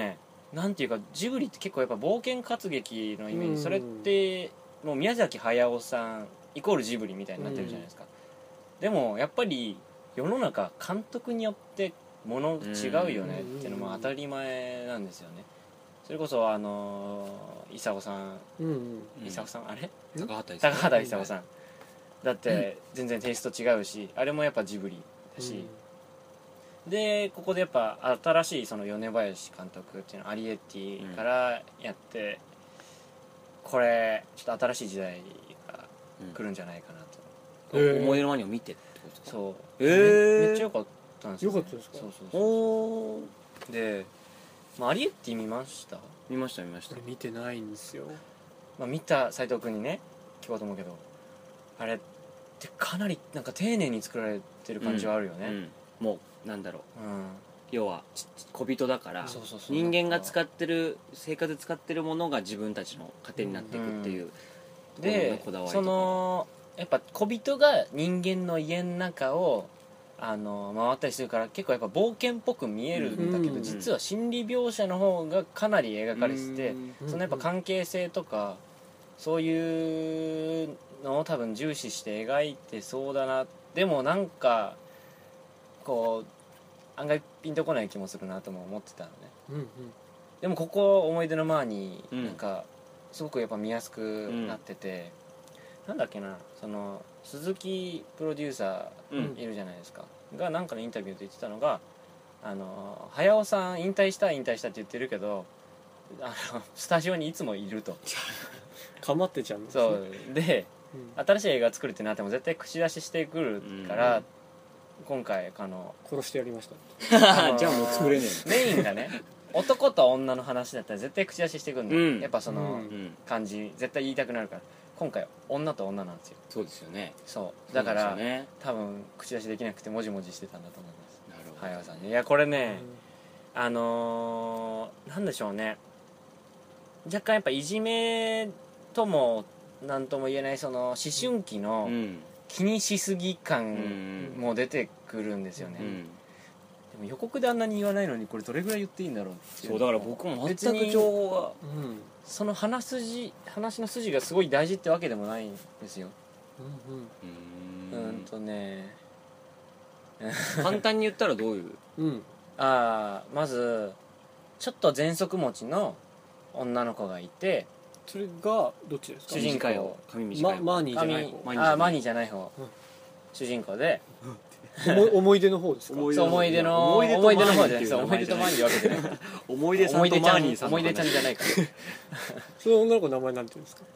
なんていうかジブリって結構やっぱ冒険活劇のイメージ、それってもう宮崎駿さんイコールジブリみたいになってるじゃないですか、でもやっぱり世の中監督によってもの違うよねっていうのも当たり前なんですよね。それこそ功さん、功さんあれ高畑勲さんだって全然テイスト違うし、あれもやっぱジブリだし、でここでやっぱ新しいその米林監督っていうのアリエッティからやって、これちょっと新しい時代が来るんじゃないかなと、 思いのまにを見てってことですか。 そう、めっちゃ良かったんですよ、 よかったですか。 そうで、アリエッティ見ました？ 見ました俺見てないんですよ。 見た斉藤君にね聞こうと思うけど、あれってかなりなんか丁寧に作られてる感じはあるよね、 もうなんだろう、要は小人だから、 そう人間が使ってる生活で使ってるものが自分たちの糧になっていくっていう、 でそのやっぱ小人が人間の家の中を回ったりするから結構やっぱ冒険っぽく見えるんだけど、実は心理描写の方がかなり描かれてて、そのやっぱ関係性とかそういうのを多分重視して描いてそうだな。でもなんかこう案外ピンとこない気もするなとも思ってたのね、でもここ思い出の前になんかすごくやっぱ見やすくなってて、なんだっけな、その鈴木プロデューサーいるじゃないですか、がなんかのインタビューで言ってたのが、駿さん引退したって言ってるけどスタジオにいつもいるとかまってちゃうんですね。 そうで、新しい映画作るってなっても絶対口出ししてくるから、今回殺してやりましたじゃあもう作れねえメインがね男と女の話だったら絶対口出ししてくるの、やっぱその感じ絶対言いたくなるから、今回女と女なんですよ。 そうですよね。 そうだから、 ね、 多分口出しできなくてもじもじしてたんだと思います。 なるほど。 早尾さんね、いやこれね、なんでしょうね、若干やっぱいじめともなんとも言えないその思春期の気にしすぎ感も出てくるんですよね、でも予告であんなに言わないのにこれどれぐらい言っていいんだろうっていう。 そうだから僕も全く情報が、 その話の筋がすごい大事ってわけでもないんですよ。 簡単に言ったらどういう、 まずちょっと喘息持ちの女の子がいて、 それがどっちですか？ 主人公髪短いマーニーじゃない方。 マーニーじゃない方、主人公で思い出の方ですか？ そう思い出の方じゃないです。思い出とマーニー分けてない思い出さんとマーニーさん思い出ちゃんじゃないからその女の子の名前なんて言うんですか？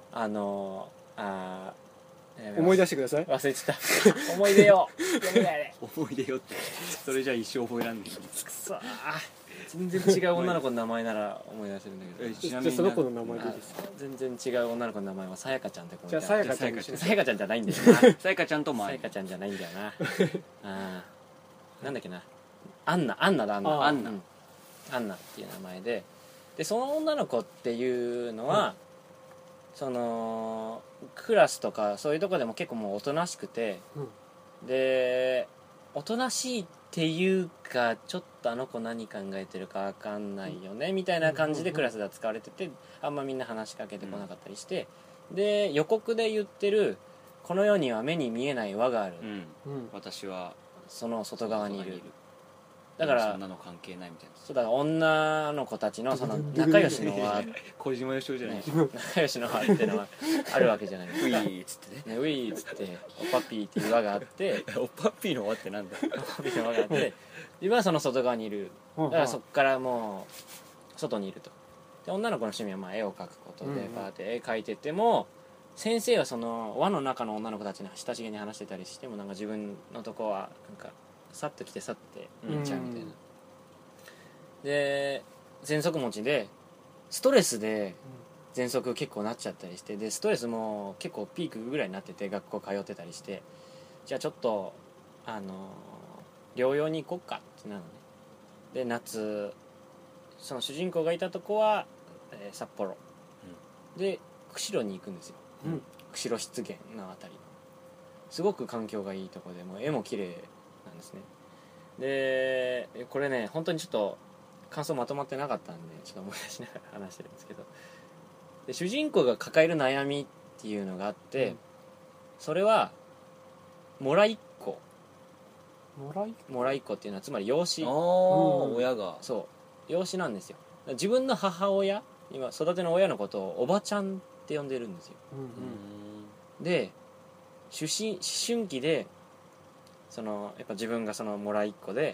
思い出してください。 忘れてた思い出よ読みないで思い出よってそれじゃ一生覚えらんない。 くそ全然違う女の子の名前なら思い出せるんだけど、 ちなみにその子の名前でいいですか？ 全然違う女の子の名前はさやかちゃんって子。 じゃあさやかちゃんにしさやかちゃんじゃないんだよなさやかちゃんとマーニー。 さやかちゃんじゃないんだよななんだっけな、アンナっていう名前で、その女の子っていうのは、そのクラスとかそういうとこでも結構もうおとなしくて、でおとなしいっていうかちょっとあの子何考えてるか分かんないよねみたいな感じでクラスでは使われてて、あんまみんな話しかけてこなかったりして、で予告で言ってるこの世には目に見えない輪がある、 私はその外側にいる。だからそんなの関係ないみたいな。 そうだから女の子たちのその仲良しの輪小島よしおじゃない、 仲良しの輪っていうのはあるわけじゃないですか。 ウィーっつってね、 ウィーっつっておパピーっていう輪があっておパッピーの輪ってなんだおパピーの輪があって自分はその外側にいる。だからそこからもう外にいると。で女の子の趣味は絵を描くことでバーって絵描いてても、先生はその輪の中の女の子たちに親しげに話してたりしても、なんか自分のとこはなんかさっと来てさって行っちゃうみたいな。で喘息持ちでストレスで喘息結構なっちゃったりして、でストレスも結構ピークぐらいになってて学校通ってたりして、じゃあちょっと療養に行こっかってなのね。で夏その主人公がいたとこは、札幌、で釧路に行くんですよ、釧路湿原のあたり。すごく環境がいいとこでもう絵も綺麗なんですね。でこれね本当にちょっと感想まとまってなかったんでちょっと思い出しながら話してるんですけど、で主人公が抱える悩みっていうのがあって、それはもらいっ子っていうのはつまり養子、 親がそう養子なんですよ。自分の母親、今育ての親のことをおばちゃんって呼んでるんですよ。で思春期でやっぱ自分がもらいっ子で、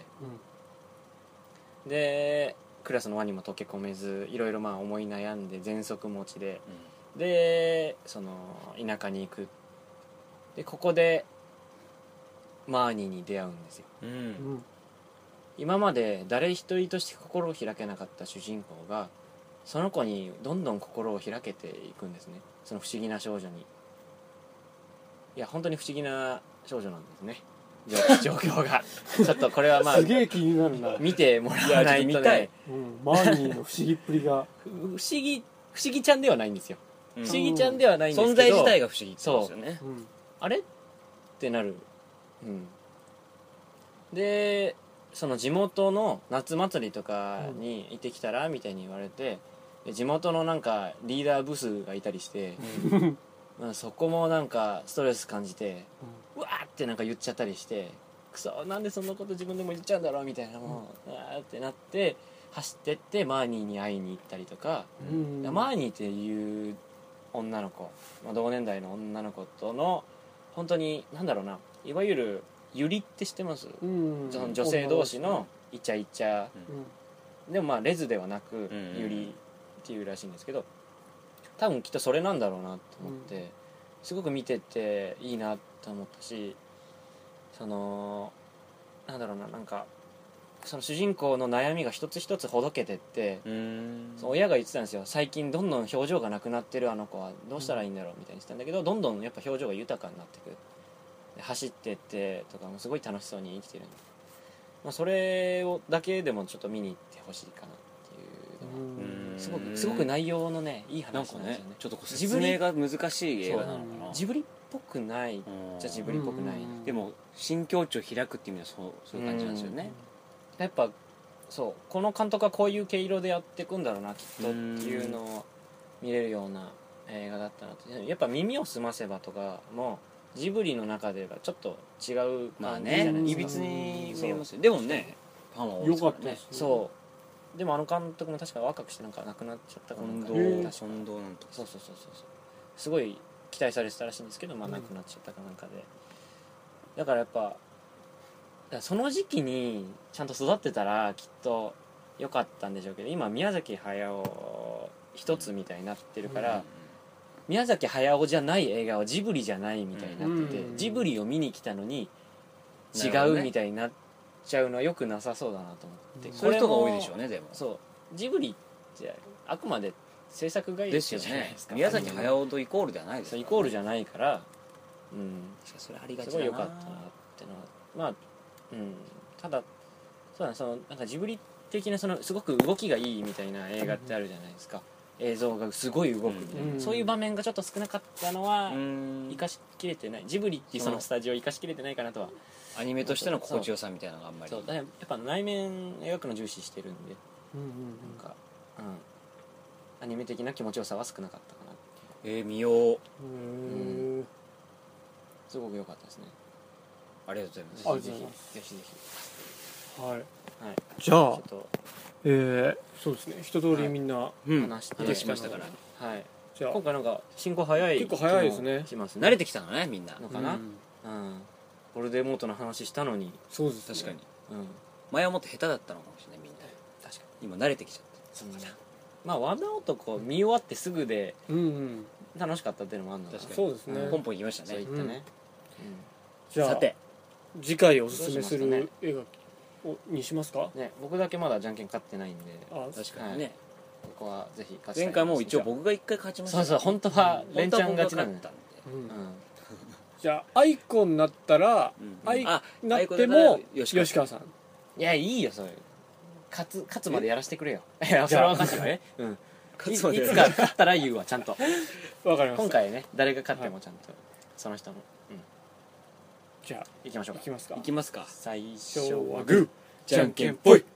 でクラスの輪にも溶け込めずいろいろ思い悩んで喘息持ちで、で田舎に行く。でここでマーニーに出会うんですよ。今まで誰一人として心を開けなかった主人公がその子にどんどん心を開けていくんですね。その不思議な少女に。いや本当に不思議な少女なんですね、状況がちょっとこれはすげえ気になるな。 見てもらわないとね、 マーニーの不思議っぷりが不思議ちゃんではないんですよ。不思議ちゃんではないんですけど、 存在自体が不思議ってことですよね。 あれってなる。でその地元の夏祭りとかに行ってきたらみたいに言われて、地元のなんかリーダーブスがいたりして、そこもなんかストレス感じて、うわーってなんか言っちゃったりして、くそなんでそんなこと自分でも言っちゃうんだろうみたいな、もうわーってなって走ってってマーニーに会いに行ったりとか、マーニーっていう女の子、同年代の女の子との本当になんだろうな、いわゆるユリって知ってます？その女性同士のイチャイチャ、でもレズではなくユリっていうらしいんですけど、多分きっとそれなんだろうなと思って、すごく見てていいなと思ったし、なんだろうな、なんかその主人公の悩みが一つ一つほどけてって、その親が言ってたんですよ。最近どんどん表情がなくなってるあの子はどうしたらいいんだろうみたいに言ってたんだけど、どんどんやっぱ表情が豊かになってくる。走ってってとかもすごい楽しそうに生きてるんで、それをだけでもちょっと見に行ってほしいかなっていうのは、すごく内容のねいい話なんですよね。 ちょっと説明が難しい映画なのかな。 ジブリっぽくないじゃジブリっぽくない。 でも新境地を開くっていう意味ではそういう感じなんですよね。 やっぱそうこの監督はこういう毛色でやっていくんだろうなきっとっていうのを見れるような映画だったなと。やっぱ耳をすませばとかもジブリの中ではちょっと違う感じじゃないですか。 いびつに見えますよ。でもねファンは多いですからね。 そうでもあの監督も確か若くしてなんか亡くなっちゃったかなんか、 近藤なんとか、 そうすごい期待されてたらしいんですけど、亡くなっちゃったかなんかで、だからやっぱその時期にちゃんと育ってたらきっと良かったんでしょうけど、今宮崎駿一つみたいになってるから、宮崎駿じゃない映画はジブリじゃないみたいになってて、ジブリを見に来たのに違うみたいになっちゃうのはよくなさそうだなと思って、 そういう人が多いでしょうね。でもそうジブリってあくまで制作会社じゃないですか。 宮崎駿とイコールではないです。 イコールじゃないから、 それありがちだな。 すごい良かったなってのはただそうだね、なんかジブリ的なすごく動きがいいみたいな映画ってあるじゃないですか。映像がすごい動くみたいな、そういう場面がちょっと少なかったのは生かしきれてない。ジブリっていうそのスタジオを生かしきれてないかなとは。 アニメとしての心地よさみたいなのがあんまり。 そうやっぱ内面描くの重視してるんで、なんかアニメ的な気持ちよさは少なかったかな。 見よう。 すごく良かったですね。 ありがとうございます。 ぜひはい、 じゃあちょっとそうですね、一通りみんな話してましたから、 じゃあ今回なんか進行早い、 結構早いですね。 慣れてきたのねみんなのかな。ボルデモートの話したのに。 そうです確かに。前はもっと下手だったのかもしれないみんな。 確かに今慣れてきちゃった。 罠男見終わってすぐで楽しかったっていうのもあるのかな。 そうですね。 ポンポンいきましたね。 そういったね。 じゃあさて次回おすすめする映画にしますかね。僕だけまだじゃんけん勝ってないんで。 確かにね。 ここはぜひ勝ちたい。 前回もう一応僕が1回勝ちました。 そう本当は連チャン勝ちなんだ。 じゃあアイコになったらなっても吉川さん。 いやいいよそれ。勝つまでやらせてくれよ。いやそれは分かんないよ。いつか勝ったら言うわちゃんと。 わかりました。 今回ね誰が勝ってもちゃんとその人の。 じゃあ行きましょうか。 行きますか。 最初はグーじゃんけんぽい。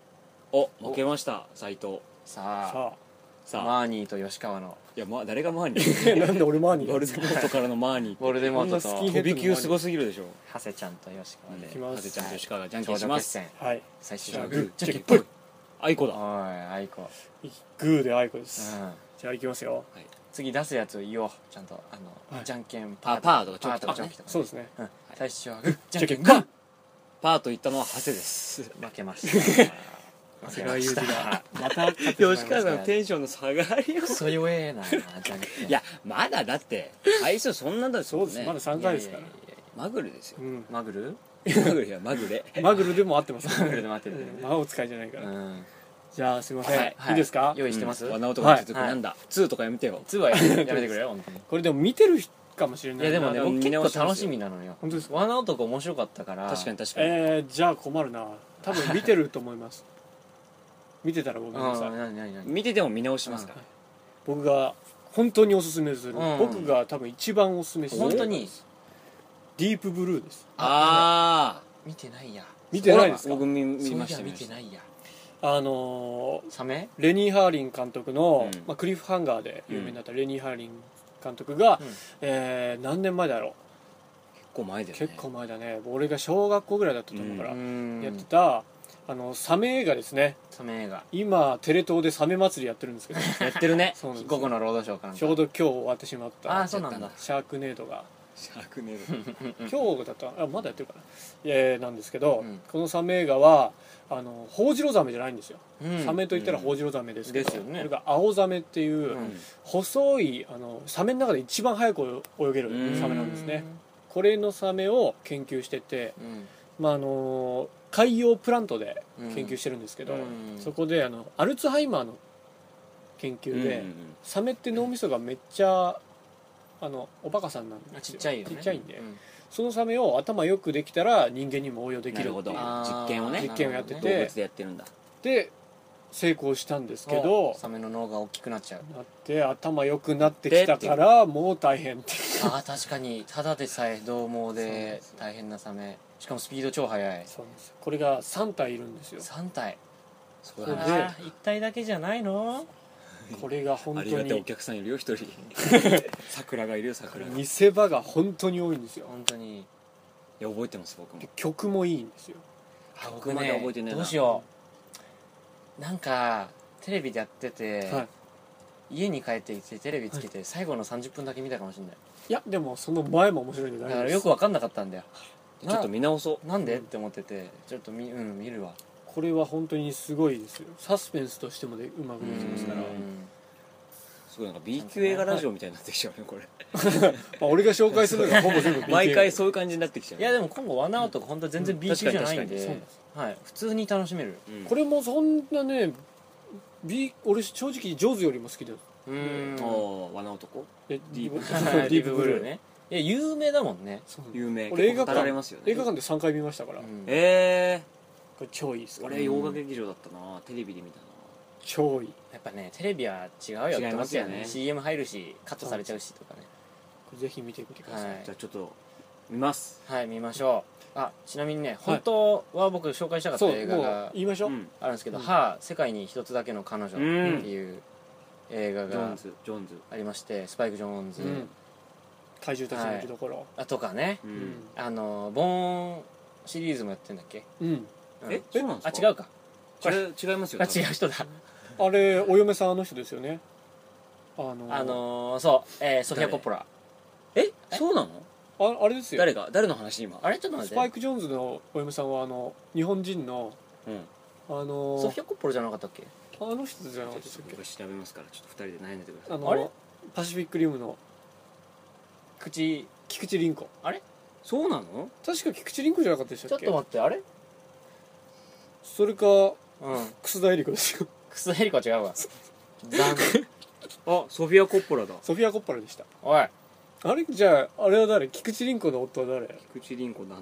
お負けました斉藤。 さあさマーニーと吉川のいや、誰がマーニーあなんで俺マーニーボルデモートからのマーニー。 ボルデモートとこんなスキンヘッ飛び級すごすぎるでしょ。 ハセちゃんと吉川でいきますハセちゃんと吉川がじゃんけ頂んします。 上決戦はい最終グじゃあグーーじゃんけんぽい。あいこだ。 おいあいこグーであいこです、 うんじゃあいきますよ。 次出すやつを言おうちゃんとはいじゃんけんパーとかチョキとかねパーとかチョキとかそうですね。 うん最初はグーじゃんけんじゃんグパーと言ったのはハセです。 ー負けました長谷川裕二がまた勝ってしまいま吉した川さんのテンションの差があるよ。 クソ弱えなじゃんけんいやまだだって回数そんなんだですもんね。 そうですまだ3回ですからいやいやいやいマグルですよう。んマグルマグルやマグレ。 マグルでも合ってますマグルで待ってる魔法使いじゃないから、 うんじゃあすいません、 はいいいですか、 用意してます罠男の続くはいなんだ2とかやめてよ。 2はやめてくれよ本当にこれでも見てるかもしれないいやでもねでも僕見直しますよ結構楽しみなのよ本当ですか。 罠男面白かったから確かに確かに。 じゃあ困るな。多分見てると思います見てたらごめんなさい。 何見てても見直しますから。 僕が本当におすすめする、 うん僕が多分一番おすすめする本当にディープブルーです。 あ見てないや見てないですか。 僕見そういましたや見てないやサメレニー・ハーリン監督の、 うんクリフハンガーで有名になったレニー・ハーリン監督が、何年前だろ結構前だう、 よね。 結構前だね。俺が小学校ぐらいだったと思うから、 うんやってたサメ映画ですね。 サメ映画今テレ東でサメ祭りやってるんですけどやってるね。 そうなんです午後のロードショーかなんかちょうど今日終わってしまったああそうなんだシャークネードがシャークネー今日だったまだやってるかな、なんですけど、 うんこのサメ映画はホウジロザメじゃないんですよ、 うんサメといったらホウジロザメですけど、 ですよねこれがアオザメっていう、 うん細いサメの中で一番速く泳げるサメなんですね。これのサメを研究してて、 うん海洋プラントで研究してるんですけど、 うんそこでアルツハイマーの研究で、サメって脳みそがめっちゃおバカさんなんですよ。 ちっちゃいよねちっちゃいんで、 うんそのサメを頭よくできたら人間にも応用できなるほど。 るっていう実験をね。 実験をやって動て物でやってるんだ。 で成功したんですけど、 サメの脳が大きくなっちゃうなって頭良くなってきたからもう大変っていうああ確かにただでさえ獰猛で大変なサメしかもスピード超速いそうなんですよ。これが3体いるんですよ。 3体そうでああ1体だけじゃないのこれが本当ありがたいおに客さんいるよ一人。桜がいるよ桜が。い見せ場が本当に多いんですよ。 本当にや覚えてます僕もで。曲もいいんですよ。 僕まで覚えてねえなどうしようなんかテレビでやってて、 はい家に帰ってきてテレビつけて最後の30分だけ見たかもしれないいやでもその前も面白いんで大だから丈夫です。 よく分かんなかったんだよちょっと見直そう。 なんでって思っててちょっと見るわこれは本当にすごいですよ。サスペンスとしてもでうまくできてますから、 うんすごいなんか B 級映画ラジオみたいになってきちゃうねこれ。 俺が紹介するのがほぼ全部 B 系毎回そういう感じになってきちゃう。 いやでも今後ワナアウトが本当全然 B 級じゃないん確かにで確かにはい、普通に楽しめるうんこれもそんなね俺正直ジョーズよりも好きだよ。 うんおー罠男ディープディープブルーねいや有名だもんねそう有名。 俺映画結構語られますよね。 映画館で3回見ましたから、こうんえれ超いいですから、 俺洋画劇場だったなテレビで見たな。 超いい。 やっぱねテレビは違うよって違いますよね思って CM 入るしカットされちゃうしとかねこれぜひ見てみてください、 はいじゃあちょっと見ます。 はい見ましょうちなみにね本当は僕紹介したかったそうもう映画が言いましょう、 うんあるんですけど「 うんはあ世界に一つだけの彼女」っていう映画がジョーンズジョーンズ。 ありましてスパイク・ジョーンズうん怪獣たちのいるところ、 とかねううんん。 ボーンシリーズもやってんだっけうんうんえそうなんですか。 違うか違いますよ。 違う人だあれお嫁さんの人ですよね。 そうソフィア・コッポラえそうなの。 あれですよ。 誰の話今。 あれちょっと待ってスパイク・ジョーンズのお嫁さんは日本人のうん。 ソフィア・コッポラじゃなかったっけあの人じゃなかったでしたっけ。 僕調べますからちょっと二人で悩んでてください。 あれパシフィックリムの口菊池凛子。 そうなの。 確か菊池凛子じゃなかったでしたちょっっけ。 と待ってあれそれかうん楠田絵理子ですよ。 楠田絵理子は違うわ残念あソフィア・コッポラだ。 ソフィア・コッポラでした。 おいあれじゃああれは誰。菊池凛子の夫は誰。 菊池凛子旦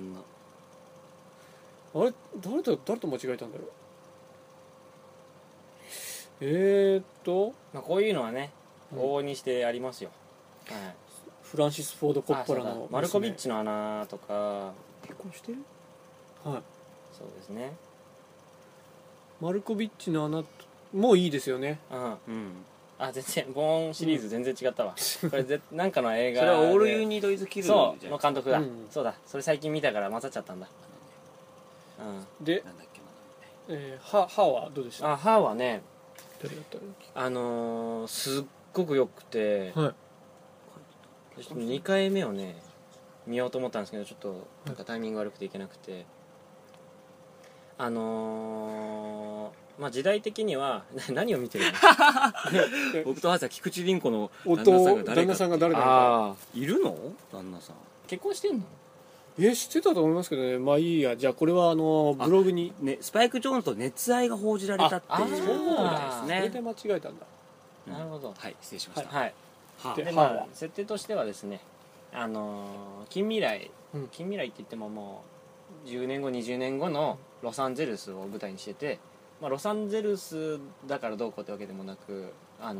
那。 あれ誰と間違えたんだろう。 まあこういうのはねうん往々にしてありますよはいフランシス・フォード・コッポラそうだのマルコビッチの穴とか結婚してる。 はい。 そうですねマルコビッチの穴もいいですよね。 うんうんあ全然ボーンシリーズ全然違ったわ、これなんかの映画それはオールユにニードイズキルそうのじゃん監督だ、 うんそうだそれ最近見たから混ざっちゃったんだで、 なんだっけ歯はどうでした？ あ歯はね誰だったっすっごく良くて、 け？はい。 2回目をね見ようと思ったんですけどちょっとなんかタイミング悪くていけなくてまあ時代的には何を見てるの僕とハーは菊池凛子の旦那さんが誰かああいるの旦那さん結婚してんの知ってたと思いますけどね。まあいいや。じゃあこれはブログにねスパイク・ジョーンズと熱愛が報じられたっていうあそういうことみたいですねそれで間違えたんだ。 うんなるほどはい失礼しましたはいはで歯でまあは設定としてはですね近未来うん近未来って言ってももう10年後20年後のロサンゼルスを舞台にしてて、まあ、ロサンゼルスだからどうこうってわけでもなく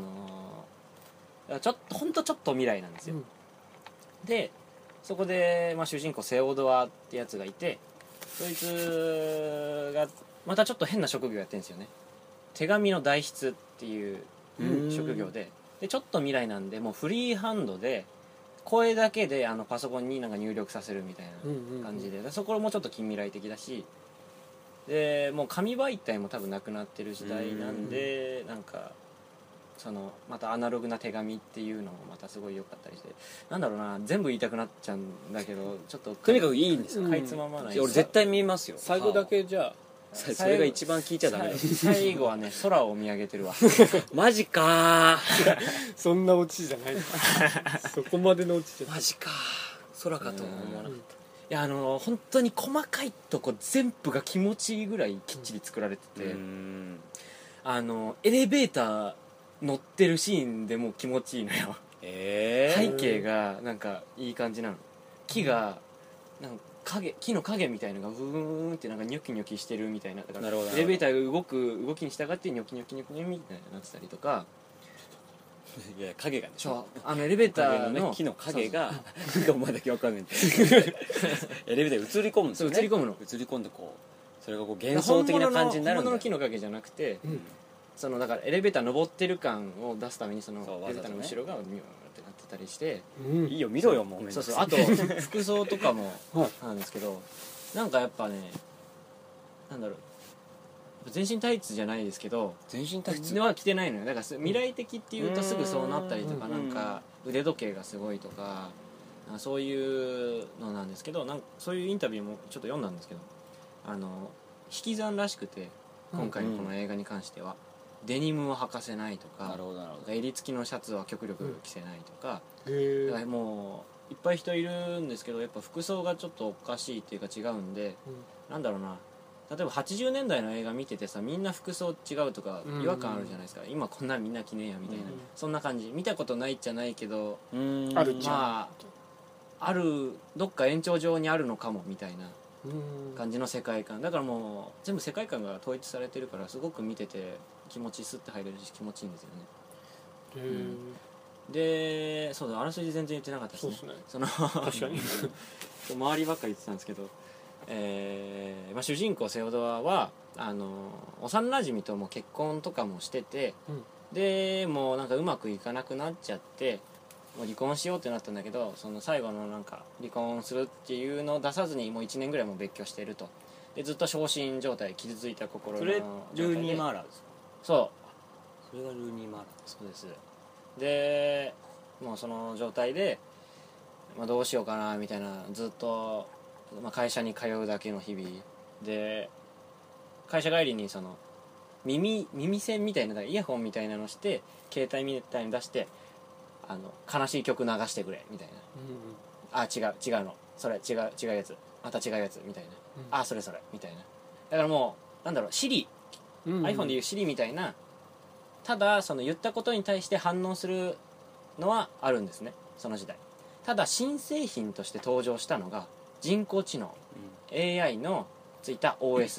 ほんとちょっと未来なんですよ、 うんでそこで、まあ、主人公セオドアってやつがいてそいつがまたちょっと変な職業やってるんですよね。手紙の代筆っていう職業でちょっと未来なんでもうフリーハンドで声だけでパソコンになんか入力させるみたいな感じで、そこもちょっと近未来的だしでもう紙媒体も多分なくなってる時代なんでなんかまたアナログな手紙っていうのもまたすごい良かったりしてなんだろうな全部言いたくなっちゃうんだけどちょっととにかくいいんですようんかいつままない俺絶対見ますよ最後だけじゃあそれが一番聞いちゃダメだ最後はね空を見上げてるわマジかそんなオチじゃないそこまでのオチじゃない。 マジか空かと思わなかっいや本当に細かいとこ全部が気持ちいいぐらいきっちり作られてたて、エレベーター乗ってるシーンでもう気持ちいいのよ背景がなんかいい感じなの木がなんか木の影みたいのがブーンってなんかニョキニョキしてるみたいなだからなるほどエレベーターが動きに従ってニョキニョキニョキニョキみたいになってたりとかいや影がねそうエレベーターの木の影がお前だけわかんないんでエレベーターに映り込むんですよねそう映り込むの映り込んでこうそれがこう幻想的な感じになるんだよ本物の木の影じゃなくて、 うんだからエレベーター登ってる感を出すためにそうエレベーターの後ろがミューってなってたりしてうんいいよ見ろよもうそうそうあと服装とかもなんですけどなんかやっぱねなんだろう全身タイツじゃないですけど全身タイツでは着てないのよだから未来的っていうとすぐそうなったりとかうんなんか腕時計がすごいとかそういうのなんですけどそういうインタビューもちょっと読んだんですけど引き算らしくて今回のこの映画に関してはデニムを履かせないとかなるほどなるほど襟付きのシャツは極力着せないとかへだからもういっぱい人いるんですけどやっぱ服装がちょっとおかしいっていうか違うんでなんだろうな例えば80年代の映画見ててさみんな服装違うとか違和感あるじゃないですか、今こんなんみんな着ねえやみたいな、そんな感じ見たことないじゃないけどあるじゃんまああるどっか延長上にあるのかもみたいな感じの世界観だからもう全部世界観が統一されてるからすごく見てて気持ちスッて入れるし気持ちいいんですよねでそうだあらすじ全然言ってなかったですねそうですね確かに周りばっかり言ってたんですけど、主人公セオドアは幼なじみとも結婚とかもしてて、でもうなんかうまくいかなくなっちゃってもう離婚しようってなったんだけどその最後のなんか離婚するっていうのを出さずにもう1年ぐらいも別居しているとでずっと傷心状態傷ついた心のそれ状態でルーニー・マーラーですかそうそれがルーニー・マーラーそうですでもうその状態で、どうしようかなみたいなずっと、会社に通うだけの日々で会社帰りにその耳栓みたいなイヤホンみたいなのして携帯みたいに出して悲しい曲流してくれみたいな、違うのそれ違うやつまた違うやつみたいな、それみたいなだからもうなんだろうiPhone でいう Siri みたいなただその言ったことに対して反応するのはあるんですねその時代ただ新製品として登場したのが人工知能、AI のついた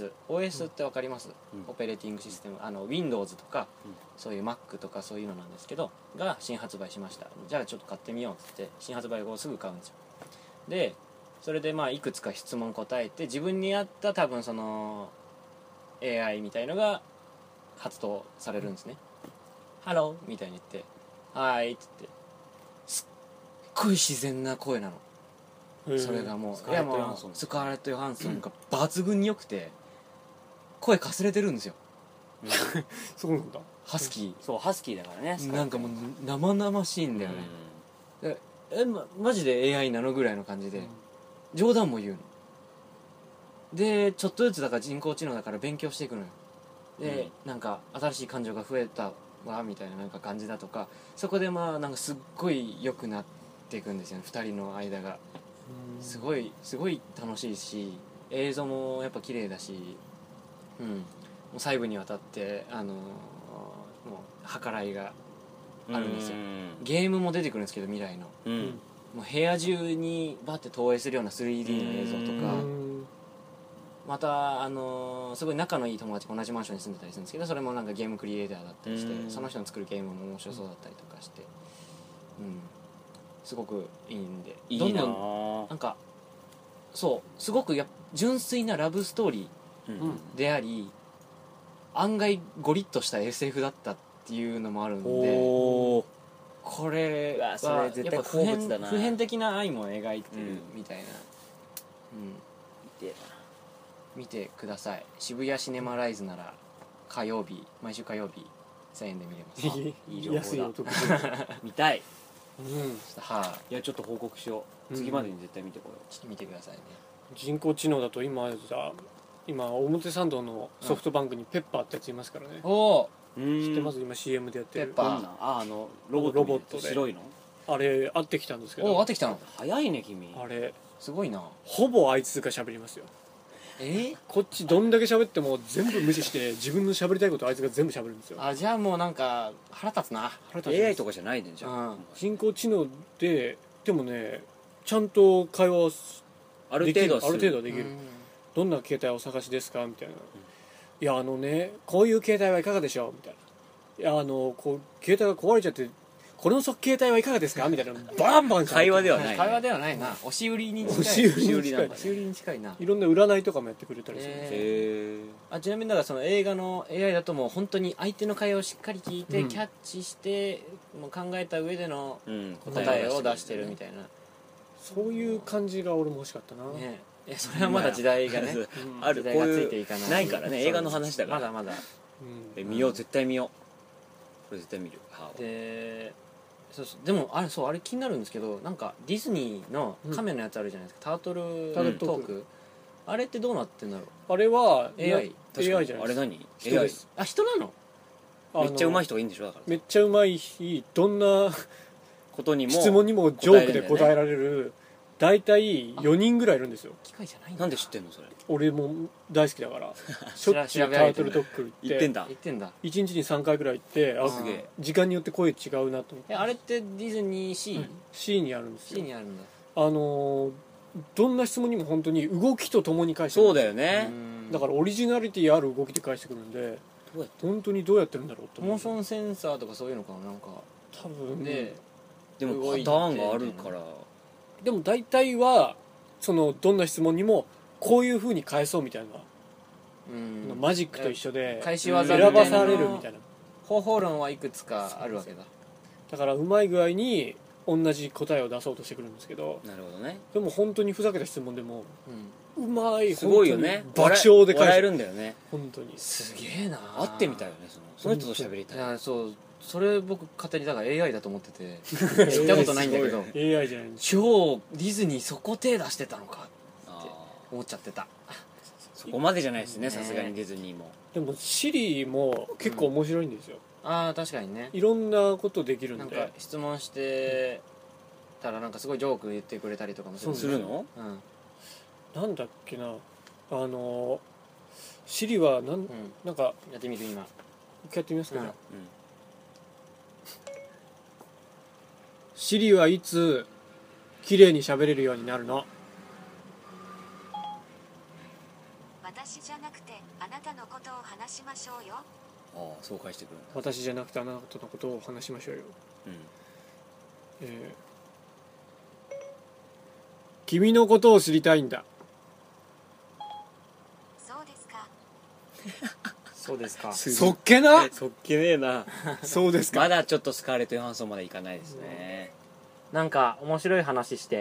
OS って分かります、オペレーティングシステムWindows とか、そういう Mac とかそういうのなんですけどが新発売しましたじゃあちょっと買ってみようっつって新発売後すぐ買うんですよでそれでいくつか質問答えて自分に合った多分その AI みたいのが発動されるんですね、ハローみたいに言ってはーいって言ってすっごい自然な声なの、それがもうスカーレットヨハンソンスカーレット・ヨハンソンが抜群に良くて声かすれてるんですよ、 そうなんだ。 ハスキそうハスキーだからねーなんかもう生々しいんだよね、マジで AI なのぐらいの感じで、冗談も言うのでちょっとずつだから人工知能だから勉強していくのよで、なんか新しい感情が増えたわみたいななんか感じだとかそこでまあなんかすっごい良くなっていくんですよね2人の間がすごい楽しいし映像もやっぱ綺麗だし、もう細部にわたってもう計らいがあるんですよゲームも出てくるんですけど未来の、もう部屋中にバッて投影するような 3D の映像とかまたすごい仲のいい友達が同じマンションに住んでたりするんですけどそれもなんかゲームクリエイターだったりしてその人の作るゲームも面白そうだったりとかして、すごくいいんでいいなどんどんなんかそうすごく純粋なラブストーリーであり案外ゴリッとした SF だったっていうのもあるんでこれはそれ絶対やっぱ好物だな普遍的な愛も描いてるみたいな、見てください渋谷シネマライズなら毎週火曜日1000円で見れますいい情安い報だお得だ。 見たいはいやちょっと報告しよう次までに絶対見てこよちょっと見てくださいね人工知能だと今表参道のソフトバンクにペッパーってやついますからね、 おおう知ってます今 CM でやってるペッパーどんなロボットで白いのあれ会ってきたんですけおど会ってきたの早いね君あれすごいなほぼあいつが喋りますよこっちどんだけ喋っても全部無視して自分の喋りたいことあいつが全部喋るんですよあじゃあもうなんか腹立つな腹立ちます AI とかじゃないねじゃあ人工知能でもねちゃんと会話をある程度はするある程度はできる、どんな携帯をお探しですかみたいな、いやこういう携帯はいかがでしょうみたいな、いやこう携帯が壊れちゃってこの携帯はいかがですかみたいなバンバン会話ではないね会話ではないな押し売りに近い押し売りに近いなんだ押し売りに近いないろんな占いとかもやってくれたりするんですよ、 へちなみにだからその映画の AI だともう本当に相手の会話をしっかり聞いて、キャッチしてもう考えた上での答えを出してるみたいな、 そういう感じが俺も欲しかったな、 ねそれはまだ時代がねある時代がついていかないないからね映画の話だからまだまだ見よう絶対見ようこれ絶対見るででもあれ気になるんですけどなんかディズニーの亀のやつあるじゃないですか、タートルトーク、あれってどうなってんだろうあれは AI AI じゃないですあれ何人です。 あ人なのめっちゃ上手い人がいいんでしょだからめっちゃうまいしどんなことにも質問にもジョークで答えられる大体4人ぐらいいるんですよ。 機械じゃないんだなんで知ってんのそれ俺も大好きだからしょっちゅうタートルドッグ行って言ってんだ言ってんだ 1日に3回ぐらい行ってすげえ時間によって声違うなと思ってあれってディズニーシー C にあるんです C よ。 にあるんだどんな質問にも本当に動きとともに返してくるそうだよねだからオリジナリティある動きで返してくるんでどうやって本当にどうやってるんだろうと思う。 モーションセンサーとかそういうのかななんか多分ででもパターンがあるからでも大体はどんな質問にもこういう風に返そうみたいな、マジックと一緒で返し技みたいな選ばされるみたいな。 方法論はいくつかあるわけだだからうまい具合に同じ答えを出そうとしてくるんですけどなるほどねでも本当にふざけた質問でもうまいすごいよね本当に爆笑で笑え返するんだよね本当にすげえな会ってみたいよねその人と喋りたいいやそうそれ僕勝手にだから AI だと思ってて行ったことないんだけど AI じゃないんです。 超ディズニーそこ手出してたのか思っちゃってたそこまでじゃないですねさすがにディズニーもでもシリも結構面白いんですよ、 ああ確かにねいろんなことできるんでなんか質問してたらなんかすごいジョーク言ってくれたりとかもするするのなんだっけなシリはなんかやってみる今一回やってみますか、 うんシリはいつ綺麗に喋れるようになるの？ 私じゃなくてあなたのことを話しましょうよ。 ああそう返してくるんだ私じゃなくてあなたのことを話しましょうよ、君のことを知りたいんだ。 そうですか。 そそうですか。 そっけなそっけねえな。 そうですか。 まだちょっとスカーレット・ヨハンソンまでいかないですね。 なんか面白い話して。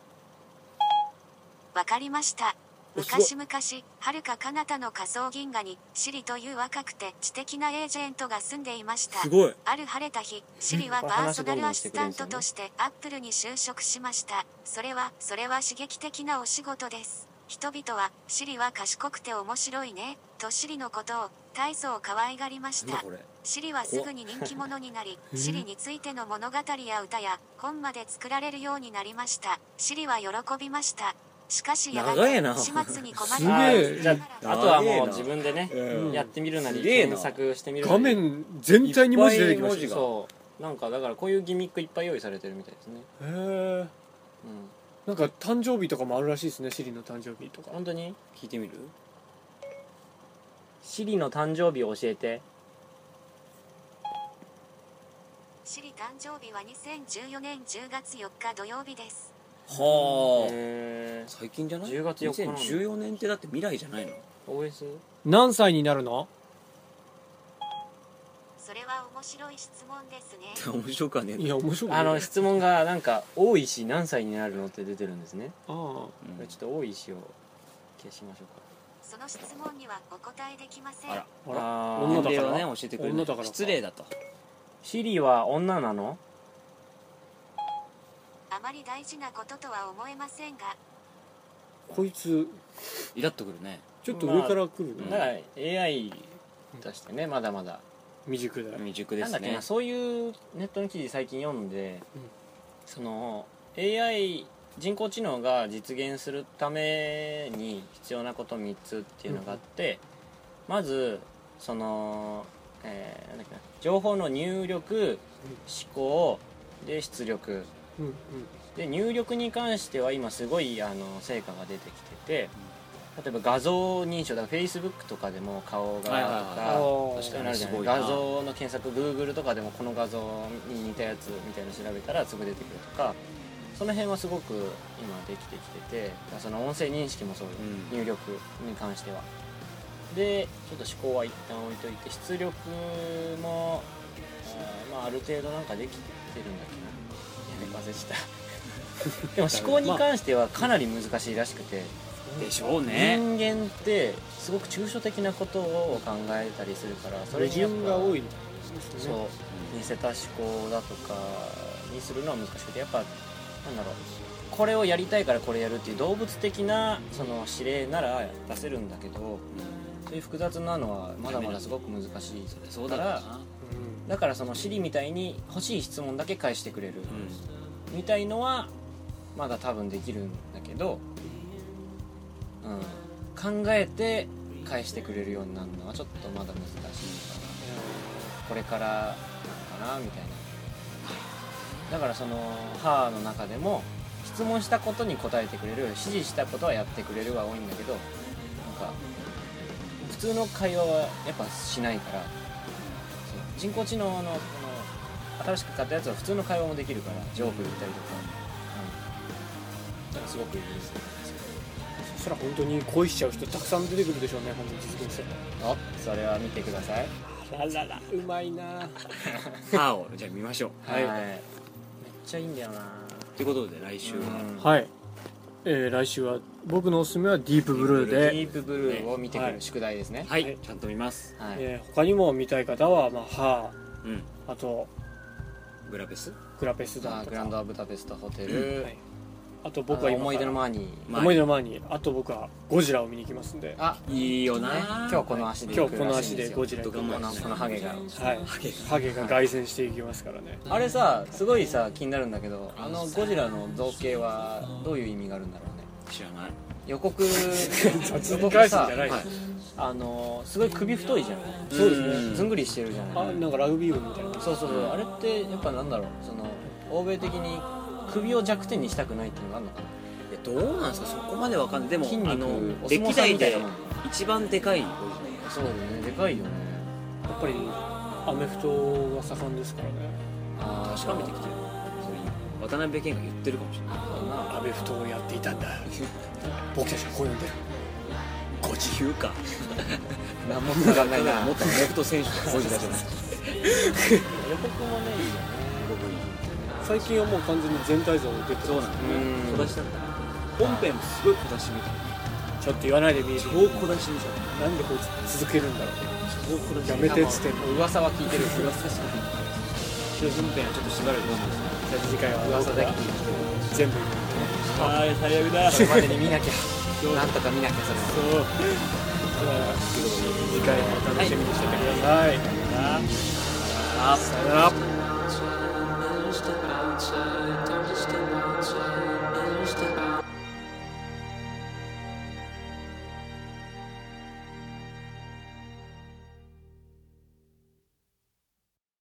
わかりました。昔々、遥か彼方の仮想銀河にシリという若くて知的なエージェントが住んでいました。 すごい。 ある晴れた日、シリはパーソナルアシスタントとしてアップルに就職しました。それは刺激的なお仕事です。人々はシリは賢くて面白いねとシリのことを大層可愛がりました。シリはすぐに人気者になり、シリについての物語や歌や本まで作られるようになりました。シリは喜びました。しかしやがて始末に困る。 じゃあ、あとはもう自分でね、やってみるなり検索してみるなり。 画面全体に文字出てきました。 そうなんかだからこういうギミックいっぱい用意されてるみたいですね。 へえ。なんか誕生日とかもあるらしいですね。シリの誕生日とか。 本当に聞いてみる？ シリの誕生日を教えて。 シリ誕生日は2014年10月4日土曜日です。 はあ。最近じゃない ？10月4日なんだ。 2014年ってだって未来じゃないの？ OS？ 何歳になるの？ それは面白い質問ですね。 面白くはねえ。 いや面白くない。 質問がなんか多いし何歳になるのって出てるんですね。 ああ、 これちょっと多いしを消しましょうか。 その質問にはお答えできません。 あら、 女だから年齢をね教えてくれない。 女だから失礼だと。 シリは女なの？ あまり大事なこととは思えませんが。 こいつイラっとくるね。 ちょっと上から来るね。 だから AI としてね、まだまだ未熟だよ。 未熟ですねなんだっけな、。そういうネットの記事最近読んで、その AI 人工知能が実現するために必要なこと3つっていうのがあって、まずその、なんだっけな、情報の入力、思考で出力で、入力に関しては今すごい成果が出てきてて、例えば画像認証だから Facebook とかでも顔がとか、 確かにすごい画像の検索 Google とかでもこの画像に似たやつみたいなの調べたらすぐ出てくるとか、その辺はすごく今できてきてて、その音声認識もそう、入力に関しては。でちょっと思考は一旦置いといて、出力もある程度なんかできてるんだっけな、忘れちゃったでも思考に関してはかなり難しいらしくて、 でしょうね。 人間ってすごく抽象的なことを考えたりするから、それにやっぱが多いそう、似せた思考だとかにするのは難しくて、やっぱなんだろう、これをやりたいからこれやるっていう動物的なその指令なら出せるんだけど、そういう複雑なのはまだまだすごく難しいから、だからそのSiriみたいに欲しい質問だけ返してくれるみたいのはまだ多分できるんだけど、考えて返してくれるようになるのはちょっとまだ難しいかな、これからなのかなみたいな。だからその歯の中でも質問したことに答えてくれる、指示したことはやってくれるは多いんだけど、なんか普通の会話はやっぱしないから、人工知能のこの新しく買ったやつは普通の会話もできるから、ジョーク言ったりとか、だからすごくいいですね。 そしたら本当に恋しちゃう人たくさん出てくるでしょうね、本当に実現してお、それは見てください。 あらら、うまいな。 歯をじゃあ見ましょう。 はい、めっちゃいいんだよな。 ということで来週は、 はい、来週は僕のおすすめはディープブルーで、 ディープブルーを見てくる宿題ですね。 はい、ちゃんと見ます。 はい、 他にも見たい方は、歯、あとグラペスだとか、 グランドブダペストホテル、 あと僕は今思い出のマーニー、 思い出の前に、あと僕はゴジラを見に行きますんで、 いいよな、 今日この足で今日この足でゴジラ行く、 このハゲが、 ハゲが凱旋していきますからね。 あれさ、すごいさ気になるんだけど、ゴジラの造形はどういう意味があるんだろうね。 知らない。 予告雑に返すんじゃない。 すごい首太いじゃん。 そうですね、 ずんぐりしてるじゃない。 なんかラグビー部みたいな。 そうあれってやっぱなんだろう、その欧米的に首を弱点にしたくないっていうのがあるのかな。 どうなんですか、そこまでわかんない。でも筋肉歴代で一番でかいゴジラ。 そうだよね、でかいよね。 やっぱりアメフトが盛んですからね。 確かめてきてる。渡辺謙が言ってるかもしれない。 アメフトをやっていたんだ僕たちはこう呼んでる、ゴポジ言うか何もつながんないな。 もっとアメフト選手のポジだじゃない予告もねいいよね。 最近はもう完全に全体像出てそうなんだね。小出しだった本編もすごい小出しみたいな。 ちょっと言わないで見る。 超小出しみたいな。 なんでこいつ続けるんだろう。 超小出し。 やめてっつってんの。 噂は聞いてる。 噂しかない。本編はちょっとしばらく我慢して。 じゃあ次回は噂だけ聞いて全部はい、最悪だ。 それまでに見なきゃ。なんとか見なきゃそれは。 そう次回も楽しみにしててください、さよなら。